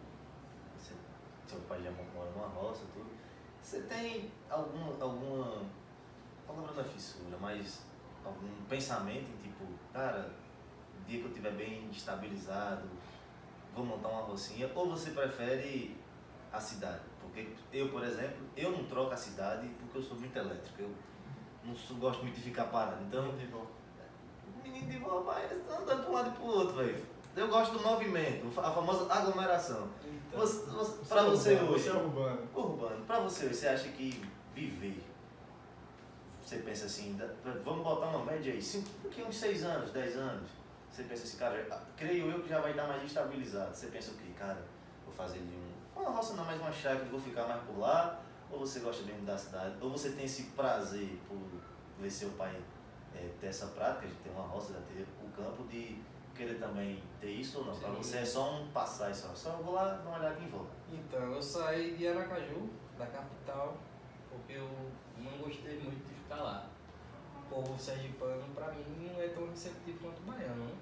S3: seu pai já mora numa roça e tudo. Você tem alguma, palavra não é fissura, mas algum pensamento em tipo, cara, no dia que eu estiver bem estabilizado, vou montar uma rocinha, ou você prefere a cidade? Porque eu, por exemplo, eu não troco a cidade porque eu sou muito elétrico, eu não gosto muito de ficar parado, então... Menino de vó, mas andando para um lado e para o outro, velho. Eu gosto do movimento, a famosa aglomeração.
S2: Então,
S3: Para você
S1: urbano,
S3: hoje,
S1: você é urbano.
S3: urbano, para você hoje, você acha que viver, você pensa assim, vamos botar uma média aí, daqui uns 6 anos, 10 anos, você pensa assim, cara, creio eu que já vai estar mais estabilizado. Você pensa o quê? Cara, vou fazer de uma roça não, mais uma chácara, vou ficar mais por lá, ou você gosta mesmo da cidade, ou você tem esse prazer por ver seu pai ter essa prática de ter uma roça, de ter o campo, de querer também ter isso ou não? Para você é só um passar, só vou lá dar uma olhada em volta.
S2: Então, eu saí de Aracaju, da capital, porque eu não gostei muito de ficar lá. O povo sergipano, pra mim, não é tão receptivo quanto o baiano, né?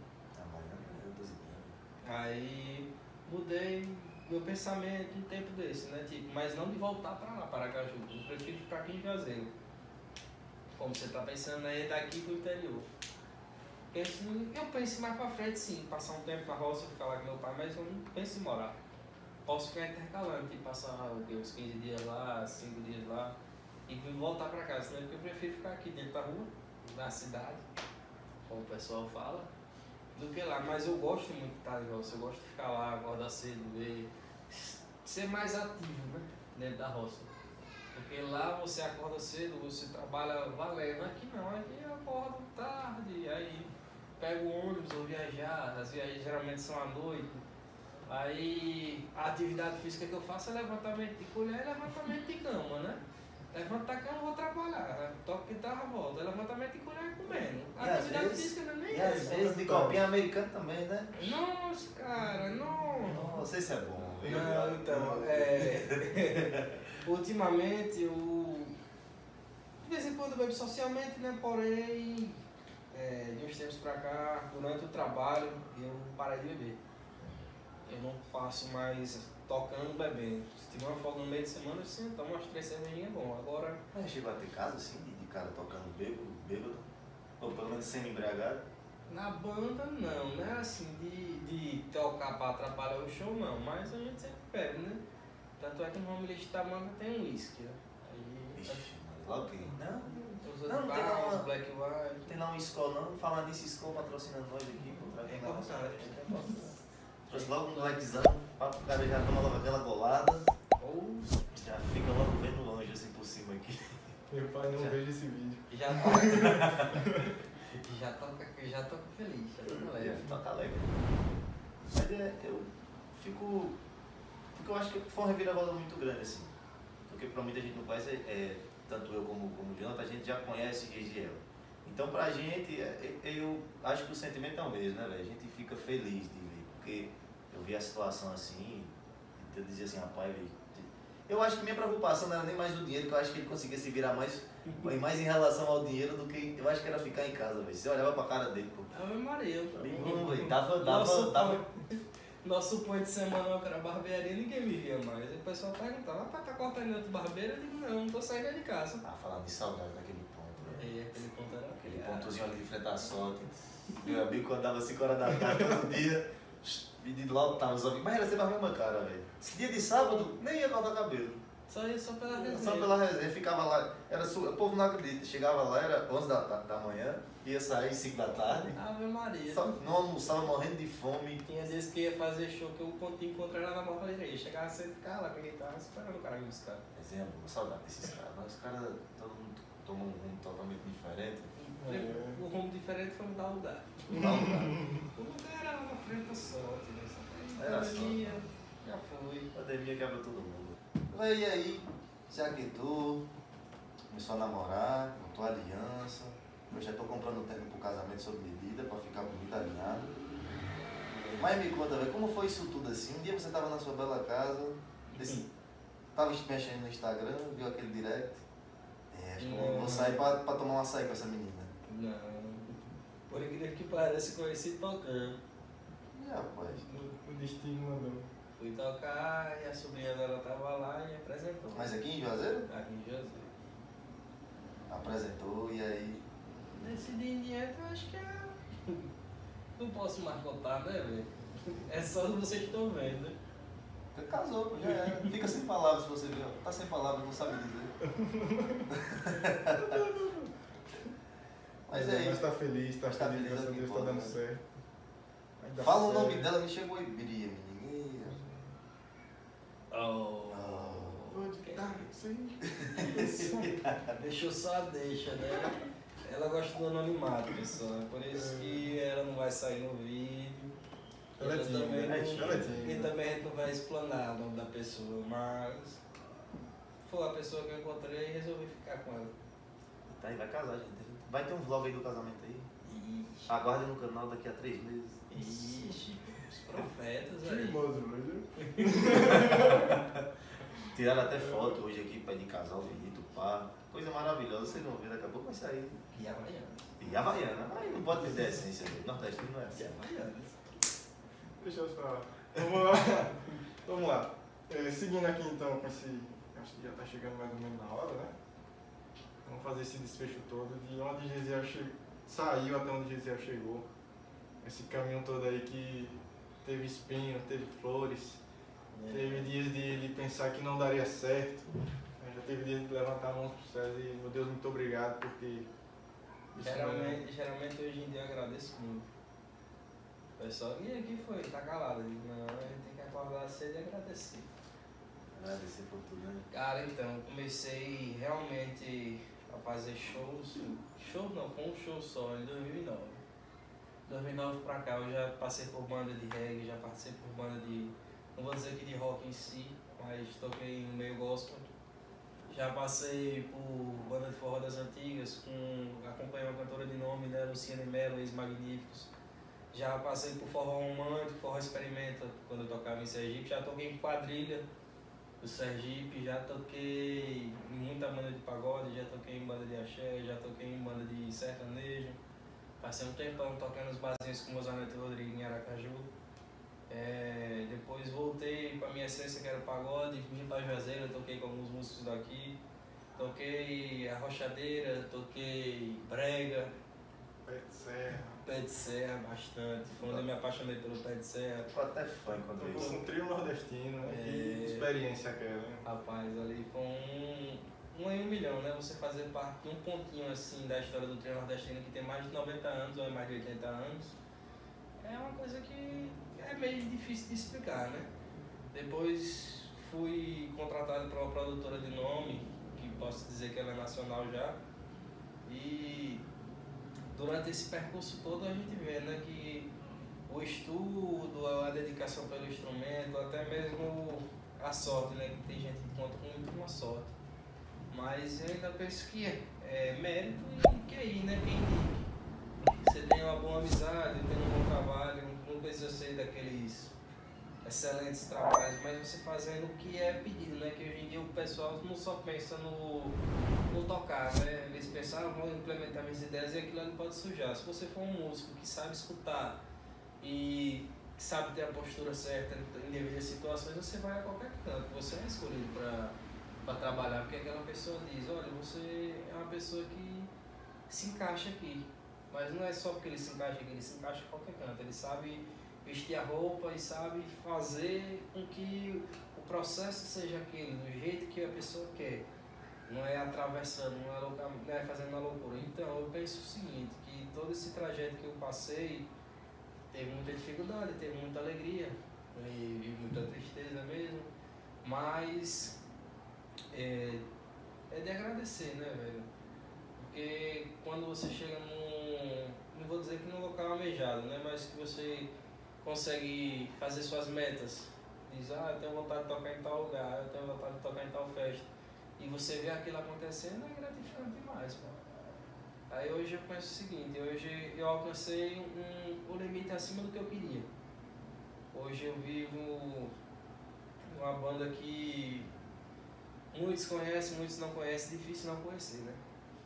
S2: Aí mudei meu pensamento um tempo desse, né? Tipo, mas não de voltar pra lá, para Aracaju. Eu prefiro ficar aqui em Juazeiro. Como você tá pensando aí, daqui pro interior. Eu penso mais pra frente, sim, passar um tempo na roça, ficar lá com meu pai, mas eu não penso em morar. Posso ficar intercalando, tipo, passar uns 15 dias lá, 5 dias lá e voltar pra casa, né? Porque eu prefiro ficar aqui dentro da rua, na cidade, como o pessoal fala, do que lá. Mas eu gosto muito de estar em roça, eu gosto de ficar lá, acordar cedo, ver, ser mais ativo, né? Dentro da roça. Porque lá você acorda cedo, você trabalha valendo. Aqui não, aqui eu acordo tarde, aí pego o ônibus, vou viajar, as viagens geralmente são à noite. Aí a atividade física que eu faço é levantamento de colher e levantamento de cama, né? Levantar a cama, vou trabalhar, toco guitarra, volta, levantamento de colher comendo. A atividade física não é nem essa.
S3: E às vezes de copinha americano também, né?
S2: Nossa, cara, não.
S3: Não sei se é bom.
S2: Não, então, ultimamente eu de vez em quando eu bebo socialmente, né? Porém, de uns tempos pra cá, durante o trabalho, eu parei de beber. Eu não passo mais tocando, bebendo. Se tiver uma folga no meio de semana, eu sim, tomo umas 3 cervejinhas, é bom. Agora...
S3: Mas chegou a ter caso assim, de cara tocando bêbado? Ou pelo menos semi-embriagado?
S2: Na banda, não, né? Assim, de tocar pra atrapalhar o show, não. Mas a gente sempre bebe, né? Tanto é que no nome da banda tem um whisky, né? Aí...
S3: Ixi, mas logo que... Não,
S2: Os
S3: não tem lá
S2: Baus,
S3: uma...
S2: Black White...
S3: Não tem lá um Skol não, falando nisso, Skol patrocinando nós aqui.
S2: É importante.
S3: Trouxe logo um likezão, o cara já toma logo aquela golada.
S2: Ou...
S3: Já fica logo vendo longe assim por cima aqui.
S1: Meu pai não veja esse vídeo.
S2: Já toca feliz, já toca leve.
S3: Toca leve. Mas eu fico... Porque eu acho que foi uma reviravolta muito grande assim. Porque pra muita gente no país, tanto eu como o Jonathan, a gente já conhece Jeziel. Então pra gente, eu acho que o sentimento é o mesmo, né, velho? A gente fica feliz de ver, porque eu vi a situação assim, e eu dizia assim, rapaz, velho, eu acho que minha preocupação não era nem mais do dinheiro, que eu acho que ele conseguia se virar mais em relação ao dinheiro do que eu acho que era ficar em casa, velho. Você olhava pra cara dele, pô.
S2: Ave Maria.
S3: Não, velho, dava...
S2: Nosso ponto de semana era barbearia, ninguém me via mais. Aí o pessoal perguntava, rapaz, tá cortando em outro barbeiro? Eu digo, não tô saindo de casa.
S3: Ah, falando de saudade daquele ponto, velho.
S2: Aquele ponto era...
S3: Aquele pontozinho ali de frente à sorte. Meu amigo, quando dava 5 horas da tarde, todo dia, pedindo lá o tava, mas era sempre a mesma cara, velho. Esse dia de sábado, nem ia cortar cabelo.
S2: Só pela resenha.
S3: Só pela resenha, ficava lá, o povo não acredita, chegava lá, era 11 da manhã, ia sair 5 da tarde.
S2: Ave Maria.
S3: Não almoçava, morrendo de fome.
S2: Tinha vezes que ia fazer show que eu encontrei lá na porta da igreja. Chegava cedo e ficava lá com a guitarra esperando o cara me buscar.
S3: Resenha, saudade desses caras. Mas os caras, todo mundo tomou um rumo totalmente diferente.
S2: O rumo diferente foi mudar o lugar.
S3: Mudar o lugar.
S2: O lugar era lá na frente da sorte, né?
S3: Era
S2: Pandemia,
S3: sorte.
S2: já foi.
S3: Pandemia quebra todo mundo. E aí, se aquietou, começou a namorar, botou aliança. Eu já estou comprando terno pro casamento sob medida, para ficar bonito, alinhado. Mas me conta, velho, como foi isso tudo assim? Um dia você estava na sua bela casa, estava mexendo no Instagram, viu aquele direct. Acho que eu vou sair para tomar um açaí com essa menina.
S2: Não. Por incrível que pareça, conheci tocando.
S3: Rapaz.
S1: O destino mandou.
S2: Fui tocar e a sobrinha dela tava lá e me apresentou.
S3: Mas aqui em Juazeiro?
S2: Aqui em Juazeiro.
S3: Apresentou e aí...
S2: Desse dia em diante eu acho que não posso mais contar, né, velho? É só vocês estão vendo, né?
S3: Você casou, pô, já era. Fica sem palavras se você viu. Tá sem palavras, não sabe dizer. Mas é
S1: Mas
S3: isso.
S1: tá feliz, graças a Deus, tá dando
S3: né?
S1: certo.
S3: Fala o nome dela, me chegou Ibria, menina.
S2: Oh. Deixou só a deixa, né? Ela gosta do anonimato, pessoal. Por isso que ela não vai sair no vídeo.
S1: Ela é tímida,
S2: E também a gente não vai explanar o nome da pessoa, mas foi a pessoa que eu encontrei e resolvi ficar com ela.
S3: Tá Aí vai casar, gente. Vai ter um vlog aí do casamento aí.
S2: Ixi.
S3: Aguardem no canal daqui a 3 meses.
S2: Ixi, os profetas aí.
S1: Famoso, velho.
S3: Tiraram até foto hoje aqui pra de casal, bonito, pá. Coisa maravilhosa, vocês vão ver, daqui a pouco vai sair.
S2: E Havaiana.
S3: E Havaiana, mas não pode perder a essência dele. Nordestino não é assim.
S2: E Havaiana.
S1: Deixa eu falar. Vamos lá. Vamos lá. Seguindo aqui então com esse. Acho que já está chegando mais ou menos na hora, né? Vamos fazer esse desfecho todo de onde Gesiel saiu até onde Gesiel chegou. Esse caminho todo aí que teve espinho, teve flores, teve dias de pensar que não daria certo. Já teve dias de levantar a mão para os céus e, meu Deus, muito obrigado, porque.
S2: Geralmente hoje em dia eu agradeço muito. O pessoal, e aqui foi, tá calado. Eu digo, não, a gente tem que acordar cedo e agradecer.
S3: Agradecer por tudo, né?
S2: Cara, então, comecei realmente a fazer shows. Show não, foi um show só em 2009. 2009 pra cá eu já passei por banda de reggae, já passei por banda de, não vou dizer que de rock em si, mas toquei no meio gospel. Já passei por banda de forró das antigas, acompanhei uma cantora de nome, né, Luciane Mello, ex-Magníficos. Já passei por forró romântico, forró experimenta, quando eu tocava em Sergipe. Já toquei em quadrilha do Sergipe, já toquei em muita banda de pagode, já toquei em banda de axé, já toquei em banda de sertanejo. Passei um tempão tocando nos barzinhos com o Zanete Rodrigues em Aracaju. Depois voltei para minha essência, que era o pagode, vim para Juazeiro, toquei com alguns músicos daqui. Toquei arrochadeira, toquei brega. Pé de serra bastante, foi onde eu me apaixonei pelo pé de serra.
S3: Ficou até fã quando
S1: Tocou
S3: isso.
S1: um trio nordestino, né? Que experiência aquela, né?
S2: Rapaz, ali foi um em 1 milhão, né? Você fazer parte de um pontinho assim da história do trio nordestino que tem mais de 90 anos ou mais de 80 anos. É uma coisa que é meio difícil de explicar, né? Depois fui contratado por uma produtora de nome, que posso dizer que ela é nacional já. E durante esse percurso todo a gente vê, né, que o estudo, a dedicação pelo instrumento, até mesmo a sorte, né, que tem gente que conta com muito uma sorte. Mas eu ainda penso que é mérito e que aí, né, quem indique. Você tem uma boa amizade, tem um bom trabalho, não precisa ser daqueles excelentes trabalhos, mas você fazendo o que é pedido, né? Que hoje em dia o pessoal não só pensa no tocar, né? Eles pensam, vão implementar minhas ideias e aquilo ali pode sujar. Se você for um músico que sabe escutar e que sabe ter a postura certa em devidas situações, você vai a qualquer canto, você é escolhido para trabalhar, porque aquela pessoa diz, olha, você é uma pessoa que se encaixa aqui. Mas não é só porque ele se encaixa aqui, ele se encaixa em qualquer canto, ele sabe vestir a roupa e sabe fazer com que o processo seja aquele, do jeito que a pessoa quer. Não é atravessando, não é fazendo uma loucura. Então eu penso o seguinte, que todo esse trajeto que eu passei teve muita dificuldade, teve muita alegria e muita tristeza mesmo, mas é de agradecer, né, velho? Porque quando você chega não vou dizer que num local almejado, né, mas que você consegue fazer suas metas, diz, eu tenho vontade de tocar em tal lugar, eu tenho vontade de tocar em tal festa, e você vê aquilo acontecendo, é gratificante demais, pô. Aí hoje eu penso o seguinte, hoje eu alcancei um limite acima do que eu queria. Hoje eu vivo uma banda que muitos conhecem, muitos não conhecem, difícil não conhecer, né?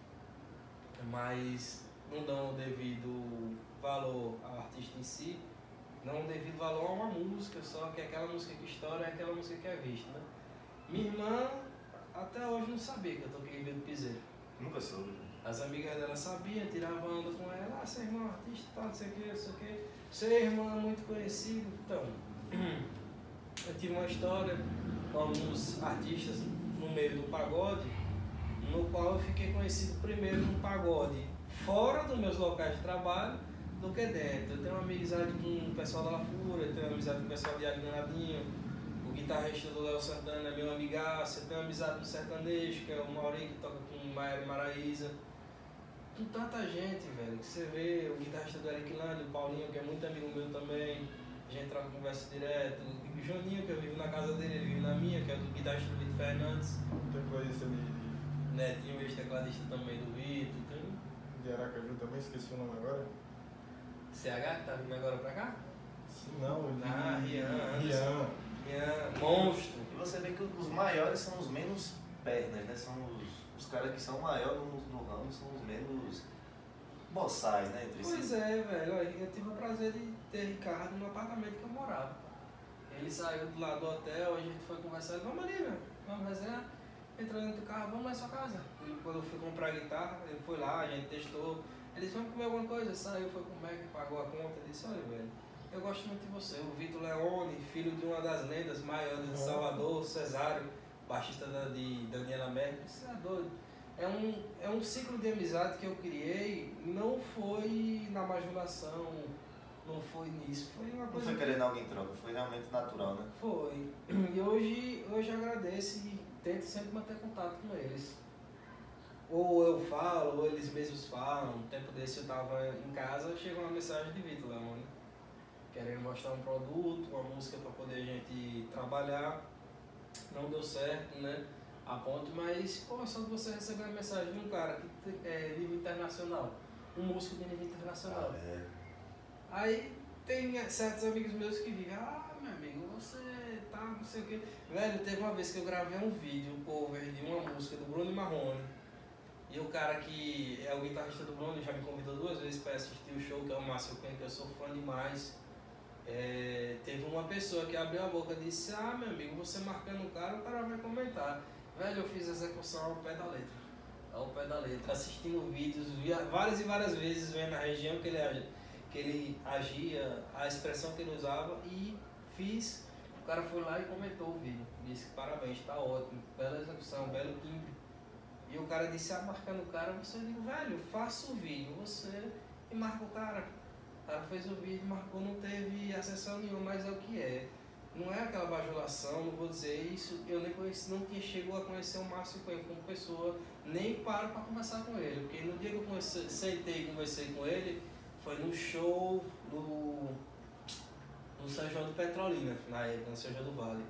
S2: Mas não dão o devido valor ao artista em si, não devido valor a uma música, só que aquela música que estoura é aquela música que é vista, né? Minha irmã até hoje não sabia que eu toquei em Rio do Piseiro.
S3: Nunca soube.
S2: As amigas dela sabiam, tiravam onda com ela, seu irmão é artista, tal, não sei o que, não sei o que. Seu irmão é muito conhecido. Então, eu tive uma história com alguns artistas no meio do pagode, no qual eu fiquei conhecido primeiro no pagode, fora dos meus locais de trabalho, do que dentro. Eu tenho uma amizade com o pessoal da La Fúria, eu tenho uma amizade com o pessoal de Agnadinho, o guitarrista do Léo Santana é meu amigaço, eu tenho uma amizade com o sertanejo, que é o Maurinho, que toca com Maia e Maraíza. Com tanta gente, velho, que você vê o guitarrista do Eric Land, o Paulinho, que é muito amigo meu também, a gente troca conversa direto, o Joninho, que eu vivo na casa dele, ele vive na minha, que é o guitarrista do Vitor Fernandes.
S1: Tecladista de
S2: Netinho, ex-tecladista também do Vitor.
S1: também, esqueci o nome agora.
S4: CH que tá vindo agora pra cá?
S1: Sim, não,
S4: Rian, monstro.
S3: E você vê que os maiores são os menos pernas, né? São os caras que são maiores no ramo, são os menos boçais, né? Entre
S2: Pois
S3: si.
S2: é, velho. Eu tive o prazer de ter Ricardo no apartamento que eu morava. Ele saiu do lado do hotel, a gente foi conversar, ele, vamos ali, velho, vamos resenhar. Entrou dentro do carro, vamos lá em sua casa. E quando eu fui comprar a guitarra, ele foi lá, a gente testou. Ele disse, vamos comer alguma coisa? Saiu, foi comer, pagou a conta. Ele disse, olha, velho, eu gosto muito de você. O Vitor Leone, filho de uma das lendas maiores de Salvador, Cesário, baixista de Daniela Merkel. Você é doido. É um ciclo de amizade que eu criei, não foi na majulação, não foi nisso, foi uma
S3: Não
S2: coisa...
S3: foi querendo alguém em troca, foi realmente natural, né?
S2: Foi. E hoje agradeço e tento sempre manter contato com eles. Ou eu falo, ou eles mesmos falam. Um tempo desse eu tava em casa, chegou uma mensagem de Vitor Leone, querendo mostrar um produto, uma música para poder a gente trabalhar. Não deu certo, né? A ponto, mas pô, só de você receber a mensagem de um cara que é nível internacional, um músico de nível internacional. Aí tem certos amigos meus que vivem, meu amigo, você tá não sei o que. Velho, teve uma vez que eu gravei um vídeo, um cover de uma música do Bruno Marrone. E o cara que é o guitarrista do Bruno já me convidou 2 vezes para assistir o show, que é o Márcio Cunha, que eu sou fã demais. Teve uma pessoa que abriu a boca e disse, meu amigo, você marcando o cara vai comentar. Velho, eu fiz a execução ao pé da letra. Ao pé da letra, assistindo vídeos, várias e várias vezes, vendo a região que ele agia, a expressão que ele usava e fiz. O cara foi lá e comentou o vídeo. Disse, parabéns, tá ótimo, bela execução, belo timbre. E o cara disse, marcando o cara, você digo, velho, faça o vídeo, você e marca o cara. O cara fez o vídeo, marcou, não teve acessão nenhuma, mas é o que é. Não é aquela bajulação, não vou dizer isso, eu nem conheci, chegou a conhecer o Márcio Cunha como pessoa, nem paro para conversar com ele, porque no dia que eu sentei e conversei com ele, foi no show no São João do Petrolina, na época, no São João do Vale.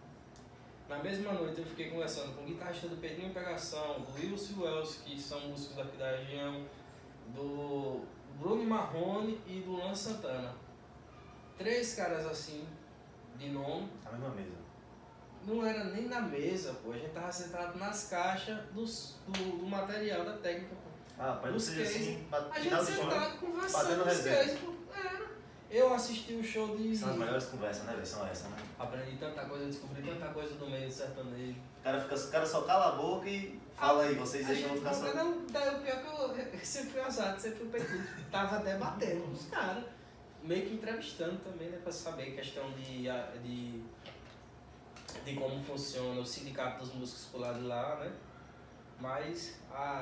S2: Na mesma noite eu fiquei conversando com o guitarrista do Pedrinho Pegação, do Wilson e Wells, que são músicos daqui da região, do Bruno Marrone e do Lan Santana. 3 caras assim, de nome.
S3: A mesma mesa.
S2: Não era nem na mesa, pô. A gente tava sentado nas caixas do material, da técnica, pô.
S3: Para você assim,
S2: a gente sentado conversando
S3: dos
S2: cases, pô. Eu assisti o show de...
S3: São as melhores conversas, né, velho? São essas, né?
S2: Aprendi tanta coisa, descobri tanta coisa do meio do sertanejo.
S3: O cara só cala a boca e fala aí, vocês aí vão ficar só...
S2: Não, daí o pior que eu sempre fui azado, sempre fui peitudo. Tava debatendo com os caras. Meio que entrevistando também, né, pra saber questão de como funciona o sindicato dos músicos por lado de lá, né? Mas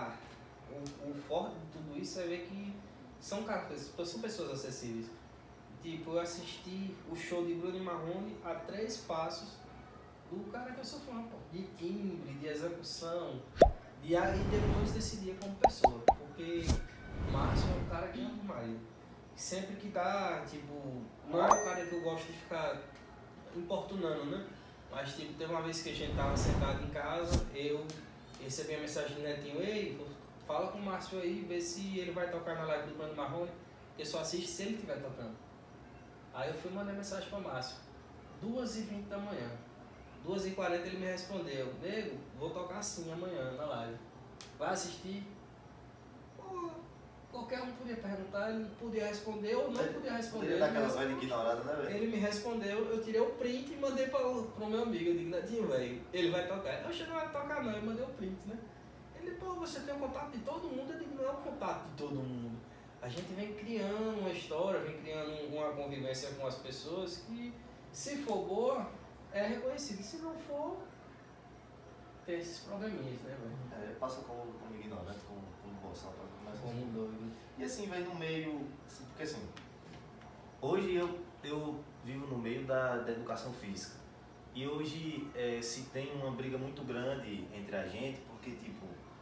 S2: o forte de tudo isso é ver que são pessoas acessíveis. Tipo, eu assisti o show de Bruno Marrone a 3 passos do cara que eu sou fã, pô. De timbre, de execução, e depois decidir como pessoa. Porque o Márcio é um cara que ama o marido. Sempre que dá, tipo, não é um cara que eu gosto de ficar importunando, né? Mas, tipo, teve uma vez que a gente tava sentado em casa, eu recebi a mensagem do Netinho, ei, fala com o Márcio aí, vê se ele vai tocar na live do Bruno Marrone, porque só assiste se ele estiver tocando. Aí eu fui mandar mensagem para o Márcio, 2h20 da manhã, 2h40 ele me respondeu, nego, vou tocar assim amanhã na live, vai assistir? Pô, qualquer um podia perguntar, ele podia responder ou não podia responder.
S3: Poderia dar aquelas velhas ignoradas, né, velho?
S2: Ele me respondeu, eu tirei o print e mandei pro meu amigo, eu digo, Netinho, velho, ele vai tocar. Eu achei que não vai tocar não, eu mandei o print, né? Ele, pô, você tem o contato de todo mundo? Eu digo, não é o contato de todo mundo. A gente vem criando uma história, vem criando uma convivência com as pessoas que, se for boa, é reconhecido. Se não for, tem esses probleminhas, né, velho?
S3: Passa como ignorante, como bolsão, mas
S2: como doido.
S3: E assim, vai no meio, assim, porque assim, hoje eu vivo no meio da educação física. E hoje se tem uma briga muito grande entre a gente, porque tipo,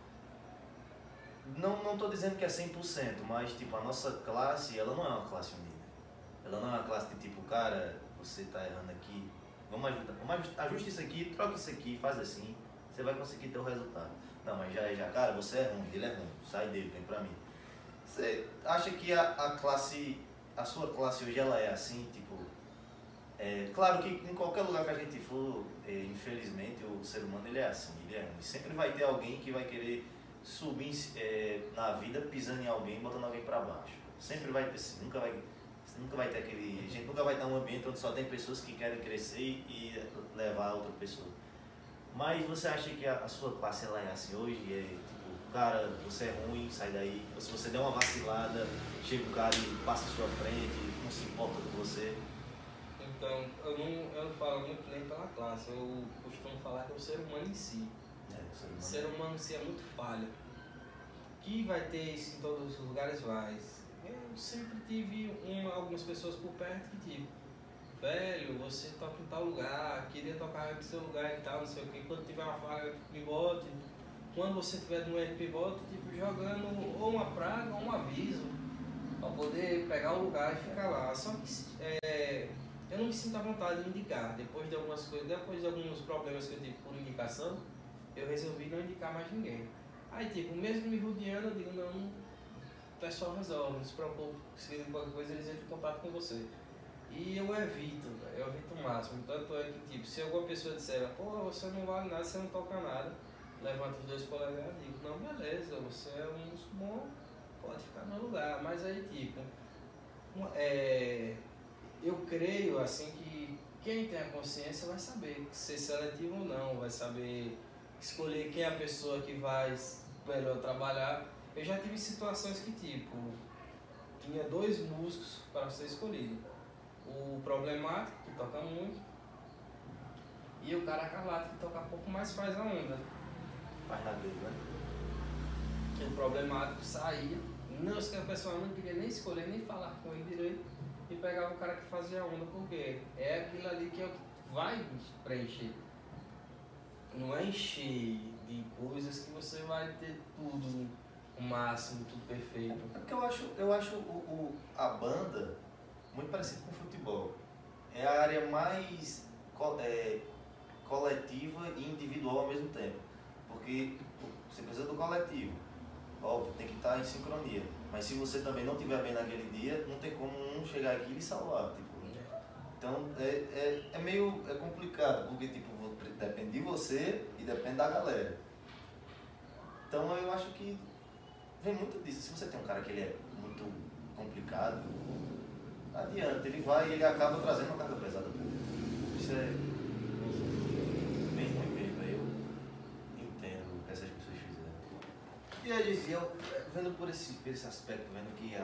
S3: não tô dizendo que é 100%, mas tipo, a nossa classe, ela não é uma classe unida. Ela não é uma classe de tipo, cara, você tá errando aqui, vamos ajusta isso aqui, troca isso aqui, faz assim, você vai conseguir ter o resultado. Não, mas já, cara, você é ruim, ele é ruim, sai dele, vem pra mim. Você acha que a sua classe hoje ela é assim, tipo, claro que em qualquer lugar que a gente for, infelizmente o ser humano ele é assim, ele é ruim. Sempre vai ter alguém que vai querer subir na vida pisando em alguém, botando alguém para baixo. Sempre vai ter, nunca vai ter aquele, a gente nunca vai ter um ambiente onde só tem pessoas que querem crescer e levar a outra pessoa. Mas você acha que a sua classe ela é assim hoje? Tipo, cara, você é ruim, sai daí. Ou se você der uma vacilada, chega o cara e passa à sua frente, não se importa com você.
S4: Então, eu não falo muito nem pela classe, eu costumo falar que é o ser humano em si. O ser humano em si é muito falha. Que vai ter isso em todos os lugares, vai. Eu sempre tive algumas pessoas por perto que tipo, velho, você toca em tal lugar, queria tocar no seu lugar e tal, não sei o que, quando tiver uma vaga, me bote. Quando você tiver doente, me bote, tipo, jogando ou uma praga ou um aviso, pra poder pegar o lugar e ficar lá. Só que eu não me sinto à vontade de indicar. Depois de algumas coisas, depois de alguns problemas que eu tive por indicação, eu resolvi não indicar mais ninguém. Aí tipo, mesmo me rodeando, eu digo, não, o pessoal resolve, não se preocupe, se qualquer coisa eles entram em contato com você. E eu evito o máximo. Tanto é que tipo, se alguma pessoa disser, pô, você não vale nada, você não toca nada, levanta os 2 polegares e digo, não, beleza, você é um músico bom, pode ficar no lugar. Mas aí tipo, eu creio assim que quem tem a consciência vai saber ser seletivo ou não, vai saber escolher quem é a pessoa que vai melhor trabalhar. Eu já tive situações que tipo, tinha 2 músicos para ser escolhido. O problemático, que toca muito, e o cara calado, que toca pouco, mas faz a onda.
S3: Faz na dele, né?
S4: Que o problemático saía, não, o pessoal não queria nem escolher, nem falar com ele direito, e pegava o cara que fazia a onda, porque é aquilo ali que é o que vai preencher. Não é encher de coisas que você vai ter tudo, o máximo, tudo perfeito.
S3: É porque eu acho a banda muito parecido com o futebol. É a área mais coletiva e individual ao mesmo tempo. Porque você precisa do coletivo. Óbvio, tem que estar em sincronia. Mas se você também não estiver bem naquele dia, não tem como um chegar aqui e lhe salvar. Tipo. Então é meio complicado, porque tipo, depende de você e depende da galera. Então eu acho que vem muito disso. Se você tem um cara que ele é muito complicado, adianta, ele vai e ele acaba trazendo uma carga pesada pro outro. Isso é bem ruim mesmo, eu entendo o que essas pessoas fizeram. E aí, Gizzy, vendo por esse aspecto, vendo que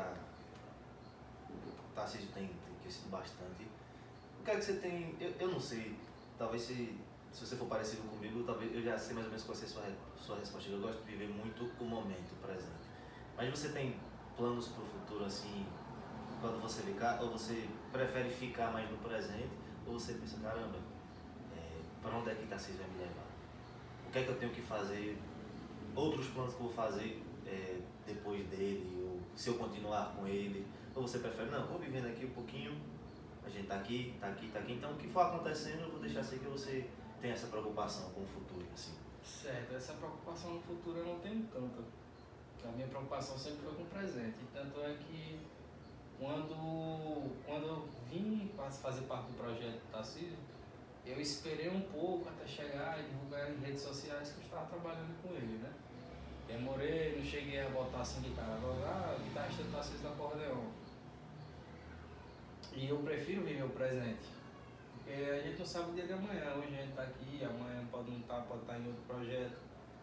S3: o Tarcísio tem crescido bastante, o que é que você tem, eu não sei, talvez se você for parecido comigo, talvez eu já sei mais ou menos qual vai ser a sua resposta. Eu gosto de viver muito o momento presente. Mas você tem planos para o futuro assim, quando você ligar, ou você prefere ficar mais no presente, ou você pensa, caramba, para onde é que Tarcísio vai me levar? O que é que eu tenho que fazer? Outros planos que eu vou fazer depois dele, ou se eu continuar com ele? Ou você prefere, não, vou vivendo aqui um pouquinho, a gente tá aqui, então o que for acontecendo eu vou deixar assim que você tenha essa preocupação com o futuro, assim.
S4: Certo, essa preocupação no futuro eu não tenho tanta. A minha preocupação sempre foi com o presente. Tanto é que quando eu vim fazer parte do projeto do Tarcísio, eu esperei um pouco até chegar e divulgar em redes sociais que eu estava trabalhando com ele, né? Demorei, não cheguei a botar assim de cara, guitarrista do Tarcísio do acordeon. E eu prefiro viver o presente. Porque a gente não sabe o dia de amanhã. Hoje a gente tá aqui, amanhã pode não estar, pode estar em outro projeto.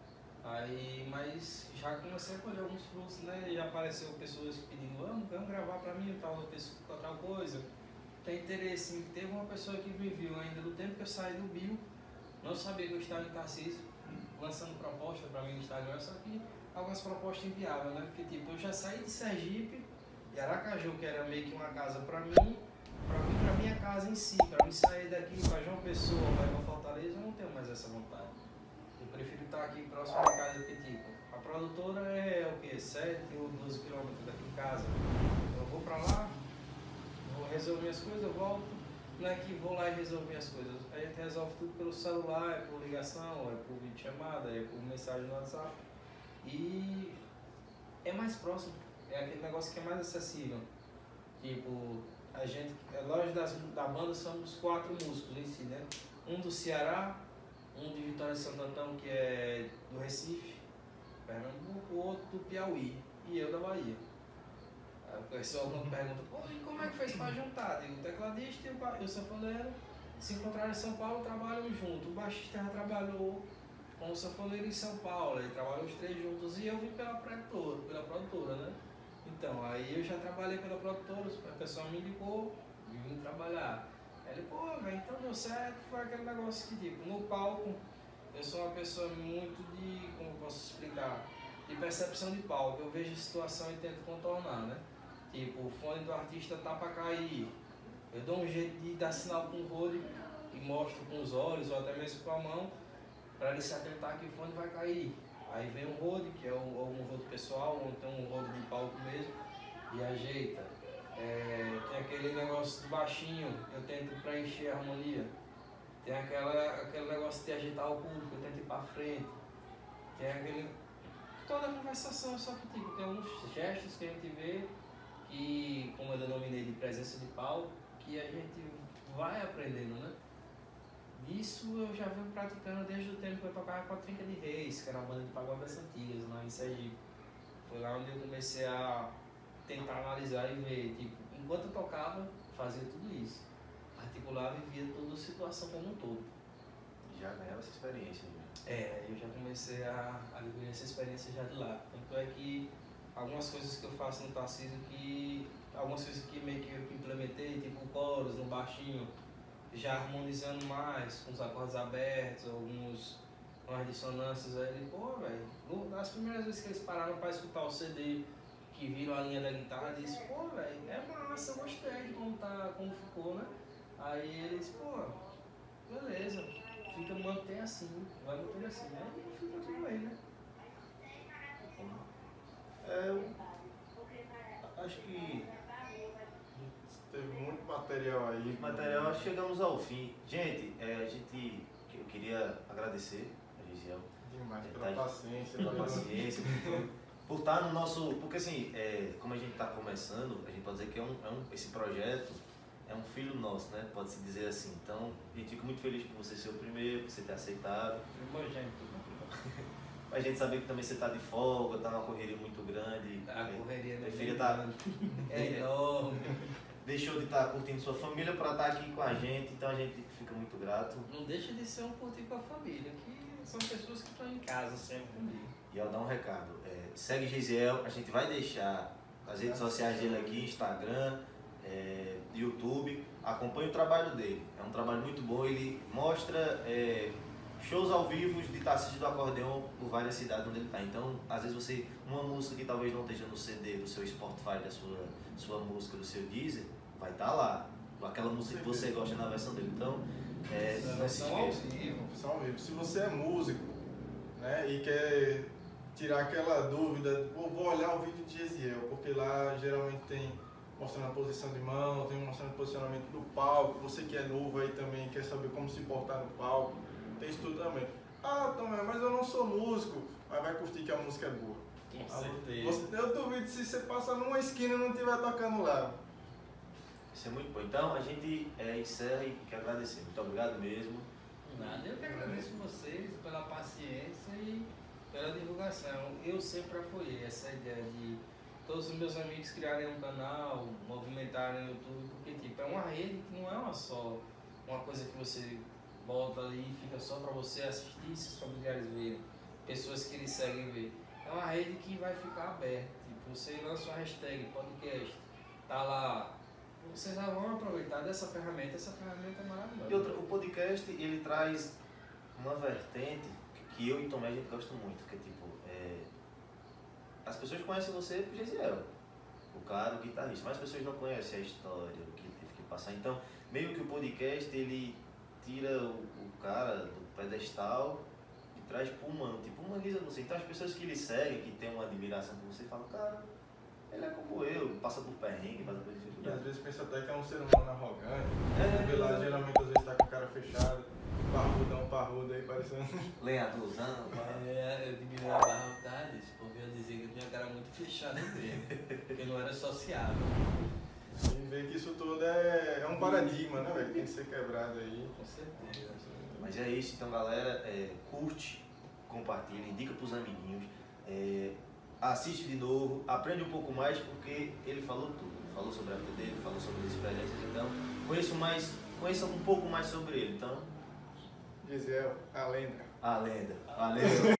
S4: Mas já comecei a colher alguns frutos, né? Já apareceu pessoas pedindo, vamos gravar pra mim tal coisa. Tem interesse. Teve uma pessoa que me viu ainda do tempo que eu saí do Bio, não sabia que eu estava em Tarcísio, lançando proposta pra mim no Instagram, só que algumas propostas inviáveis, né? Porque tipo, eu já saí de Sergipe, de Aracaju, que era meio que uma casa pra mim, pra vir pra minha casa em si, pra mim sair daqui pra João Pessoa, pra Fortaleza, eu não tenho mais essa vontade. Eu prefiro estar aqui próximo da casa, porque tipo, a produtora é o quê? 7 ou 12 quilômetros daqui de casa. Eu vou pra lá, vou resolver as coisas, eu volto. Não é que vou lá e resolver as coisas. A gente resolve tudo pelo celular, é por ligação, é por videochamada, é por mensagem no WhatsApp. E é mais próximo. é aquele negócio que é mais acessível. Tipo, a gente, nós da banda somos 4 músicos em si, né? Um do Ceará, um de Vitória de Santo Antão, que é do Recife, Pernambuco, o outro do Piauí e eu da Bahia. Aí o pessoal me pergunta, pô, e como é que fez pra juntar? Digo, o tecladista e o sanfoneiro se encontraram em São Paulo, trabalham junto. O baixista já trabalhou com o sanfoneiro em São Paulo, ele trabalhou os 3 juntos e eu vim pela produtora, né? Então, aí eu já trabalhei pela produtora, a pessoa me ligou e vim trabalhar. Aí ele, pô, velho, então deu certo, foi aquele negócio que, tipo, no palco, eu sou uma pessoa muito de, como eu posso explicar, de percepção de palco. Eu vejo a situação e tento contornar, né? Tipo, o fone do artista tá pra cair, eu dou um jeito de dar sinal com o rode e mostro com os olhos ou até mesmo com a mão, para ele se atentar que o fone vai cair. Aí vem um rode, que é um rode pessoal, ou então um rode de palco mesmo, e ajeita. Tem aquele negócio do baixinho, eu tento preencher a harmonia. Tem aquele negócio de ajeitar o público, eu tento ir pra frente. Tem aquele... Toda a conversação é só que tipo, tem alguns gestos que a gente vê, que, como eu denominei de presença de palco, que a gente vai aprendendo, né? Isso eu já venho praticando desde o tempo que eu tocava com a Trinca de Reis, que era uma banda de pagode das antigas, lá em Sergipe. Foi lá onde eu comecei a tentar analisar e ver, tipo, enquanto eu tocava, fazia tudo isso. Articulava e via toda a situação como um todo.
S3: Já ganhava essa experiência,
S4: eu já comecei a adquirir essa experiência já de lá. Tanto é que algumas coisas que eu faço no Tarcísio, algumas coisas que meio que eu implementei, tipo coros no baixinho, já harmonizando mais, com os acordes abertos, algumas dissonâncias, aí ele, pô, velho, nas primeiras vezes que eles pararam para escutar o CD, que viram a linha da guitarra, disse, pô, velho, é massa, eu gostei de como ficou, né? Aí eles, pô, beleza, mantém assim, vai manter assim, aí fica tudo aí, né?
S3: Eu acho que
S1: teve muito material aí.
S3: Material, chegamos ao fim. Gente, eu queria agradecer a Gisiel.
S1: Demais, pela paciência.
S3: Pela paciência, por estar no nosso... Porque assim, como a gente está começando, a gente pode dizer que esse projeto é um filho nosso, né? Pode-se dizer assim. Então, a gente fica muito feliz por você ser o primeiro, por você ter aceitado. A gente saber que também você está de folga, está numa correria muito grande.
S4: A correria
S3: é enorme. Deixou de estar curtindo sua família para estar aqui com a gente, então a gente fica muito grato.
S4: Não deixa de ser um curtir com a família, que são pessoas que estão em casa sempre comigo.
S3: E eu dar um recado, segue Gisiel, a gente vai deixar as redes sociais dele aqui, Instagram, YouTube, acompanhe o trabalho dele, é um trabalho muito bom, ele mostra shows ao vivo de Tarcísio do Acordeon por várias cidades onde ele está. Então, às vezes uma música que talvez não esteja no CD do seu Spotify, da sua música, do seu Deezer, vai estar lá. Aquela música que você gosta na versão dele. Então, não se esqueça.
S1: Se você é músico, né, e quer tirar aquela dúvida, vou olhar o vídeo de Gisiel, porque lá geralmente tem mostrando a posição de mão, tem mostrando o posicionamento do palco. Você que é novo aí também, quer saber como se portar no palco, tem isso tudo também. Ah, Tomé, mas eu não sou músico, mas vai curtir que a música é boa.
S4: Com certeza.
S1: Eu duvido se você passar numa esquina e não estiver tocando lá.
S3: Isso é muito bom. Então, a gente encerra e quer agradecer. Muito obrigado mesmo.
S4: Nada, eu que agradeço vocês pela paciência e pela divulgação. Eu sempre apoiei essa ideia de todos os meus amigos criarem um canal, movimentarem o YouTube, porque tipo, é uma rede que não é uma coisa que você bota ali e fica só para você assistir e seus familiares verem, pessoas que eles seguem ver. É uma rede que vai ficar aberta. Tipo, você lança uma hashtag, podcast, tá lá. Vocês já vão aproveitar dessa ferramenta, essa ferramenta é maravilhosa.
S3: E outra, o podcast, ele traz uma vertente que eu e Tomé a gente gosta muito, que é tipo, as pessoas conhecem você por Gisiel, o cara, o guitarrista, mas as pessoas não conhecem a história, o que teve que passar. Então, meio que o podcast, ele tira o cara do pedestal e traz pro humano, tipo, humaniza você. Então as pessoas que lhe seguem, que tem uma admiração por você, falam, cara, ele é como eu, passa por perrengue, passa por
S1: E
S3: dificuldade.
S1: às vezes pensa até que é um ser humano arrogante, lá geralmente às vezes tá com a cara fechada. barbudão, parrudo aí, parecendo.
S3: Lenhadorzão.
S4: Eu diminuí a barra por causa disso, porque eu dizia que eu tinha a cara muito fechada mesmo, porque eu não era sociável.
S1: E ver que isso tudo é um paradigma, né, velho? Tem que ser quebrado aí.
S4: Com certeza.
S3: Mas é isso, então galera, curte, compartilha, indica pros amiguinhos, assiste de novo, aprende um pouco mais, porque ele falou tudo. Ele falou sobre a vida dele, falou sobre as experiências, então conheça um pouco mais sobre ele. Então,
S1: Gisele, a lenda.
S3: a lenda. Valeu!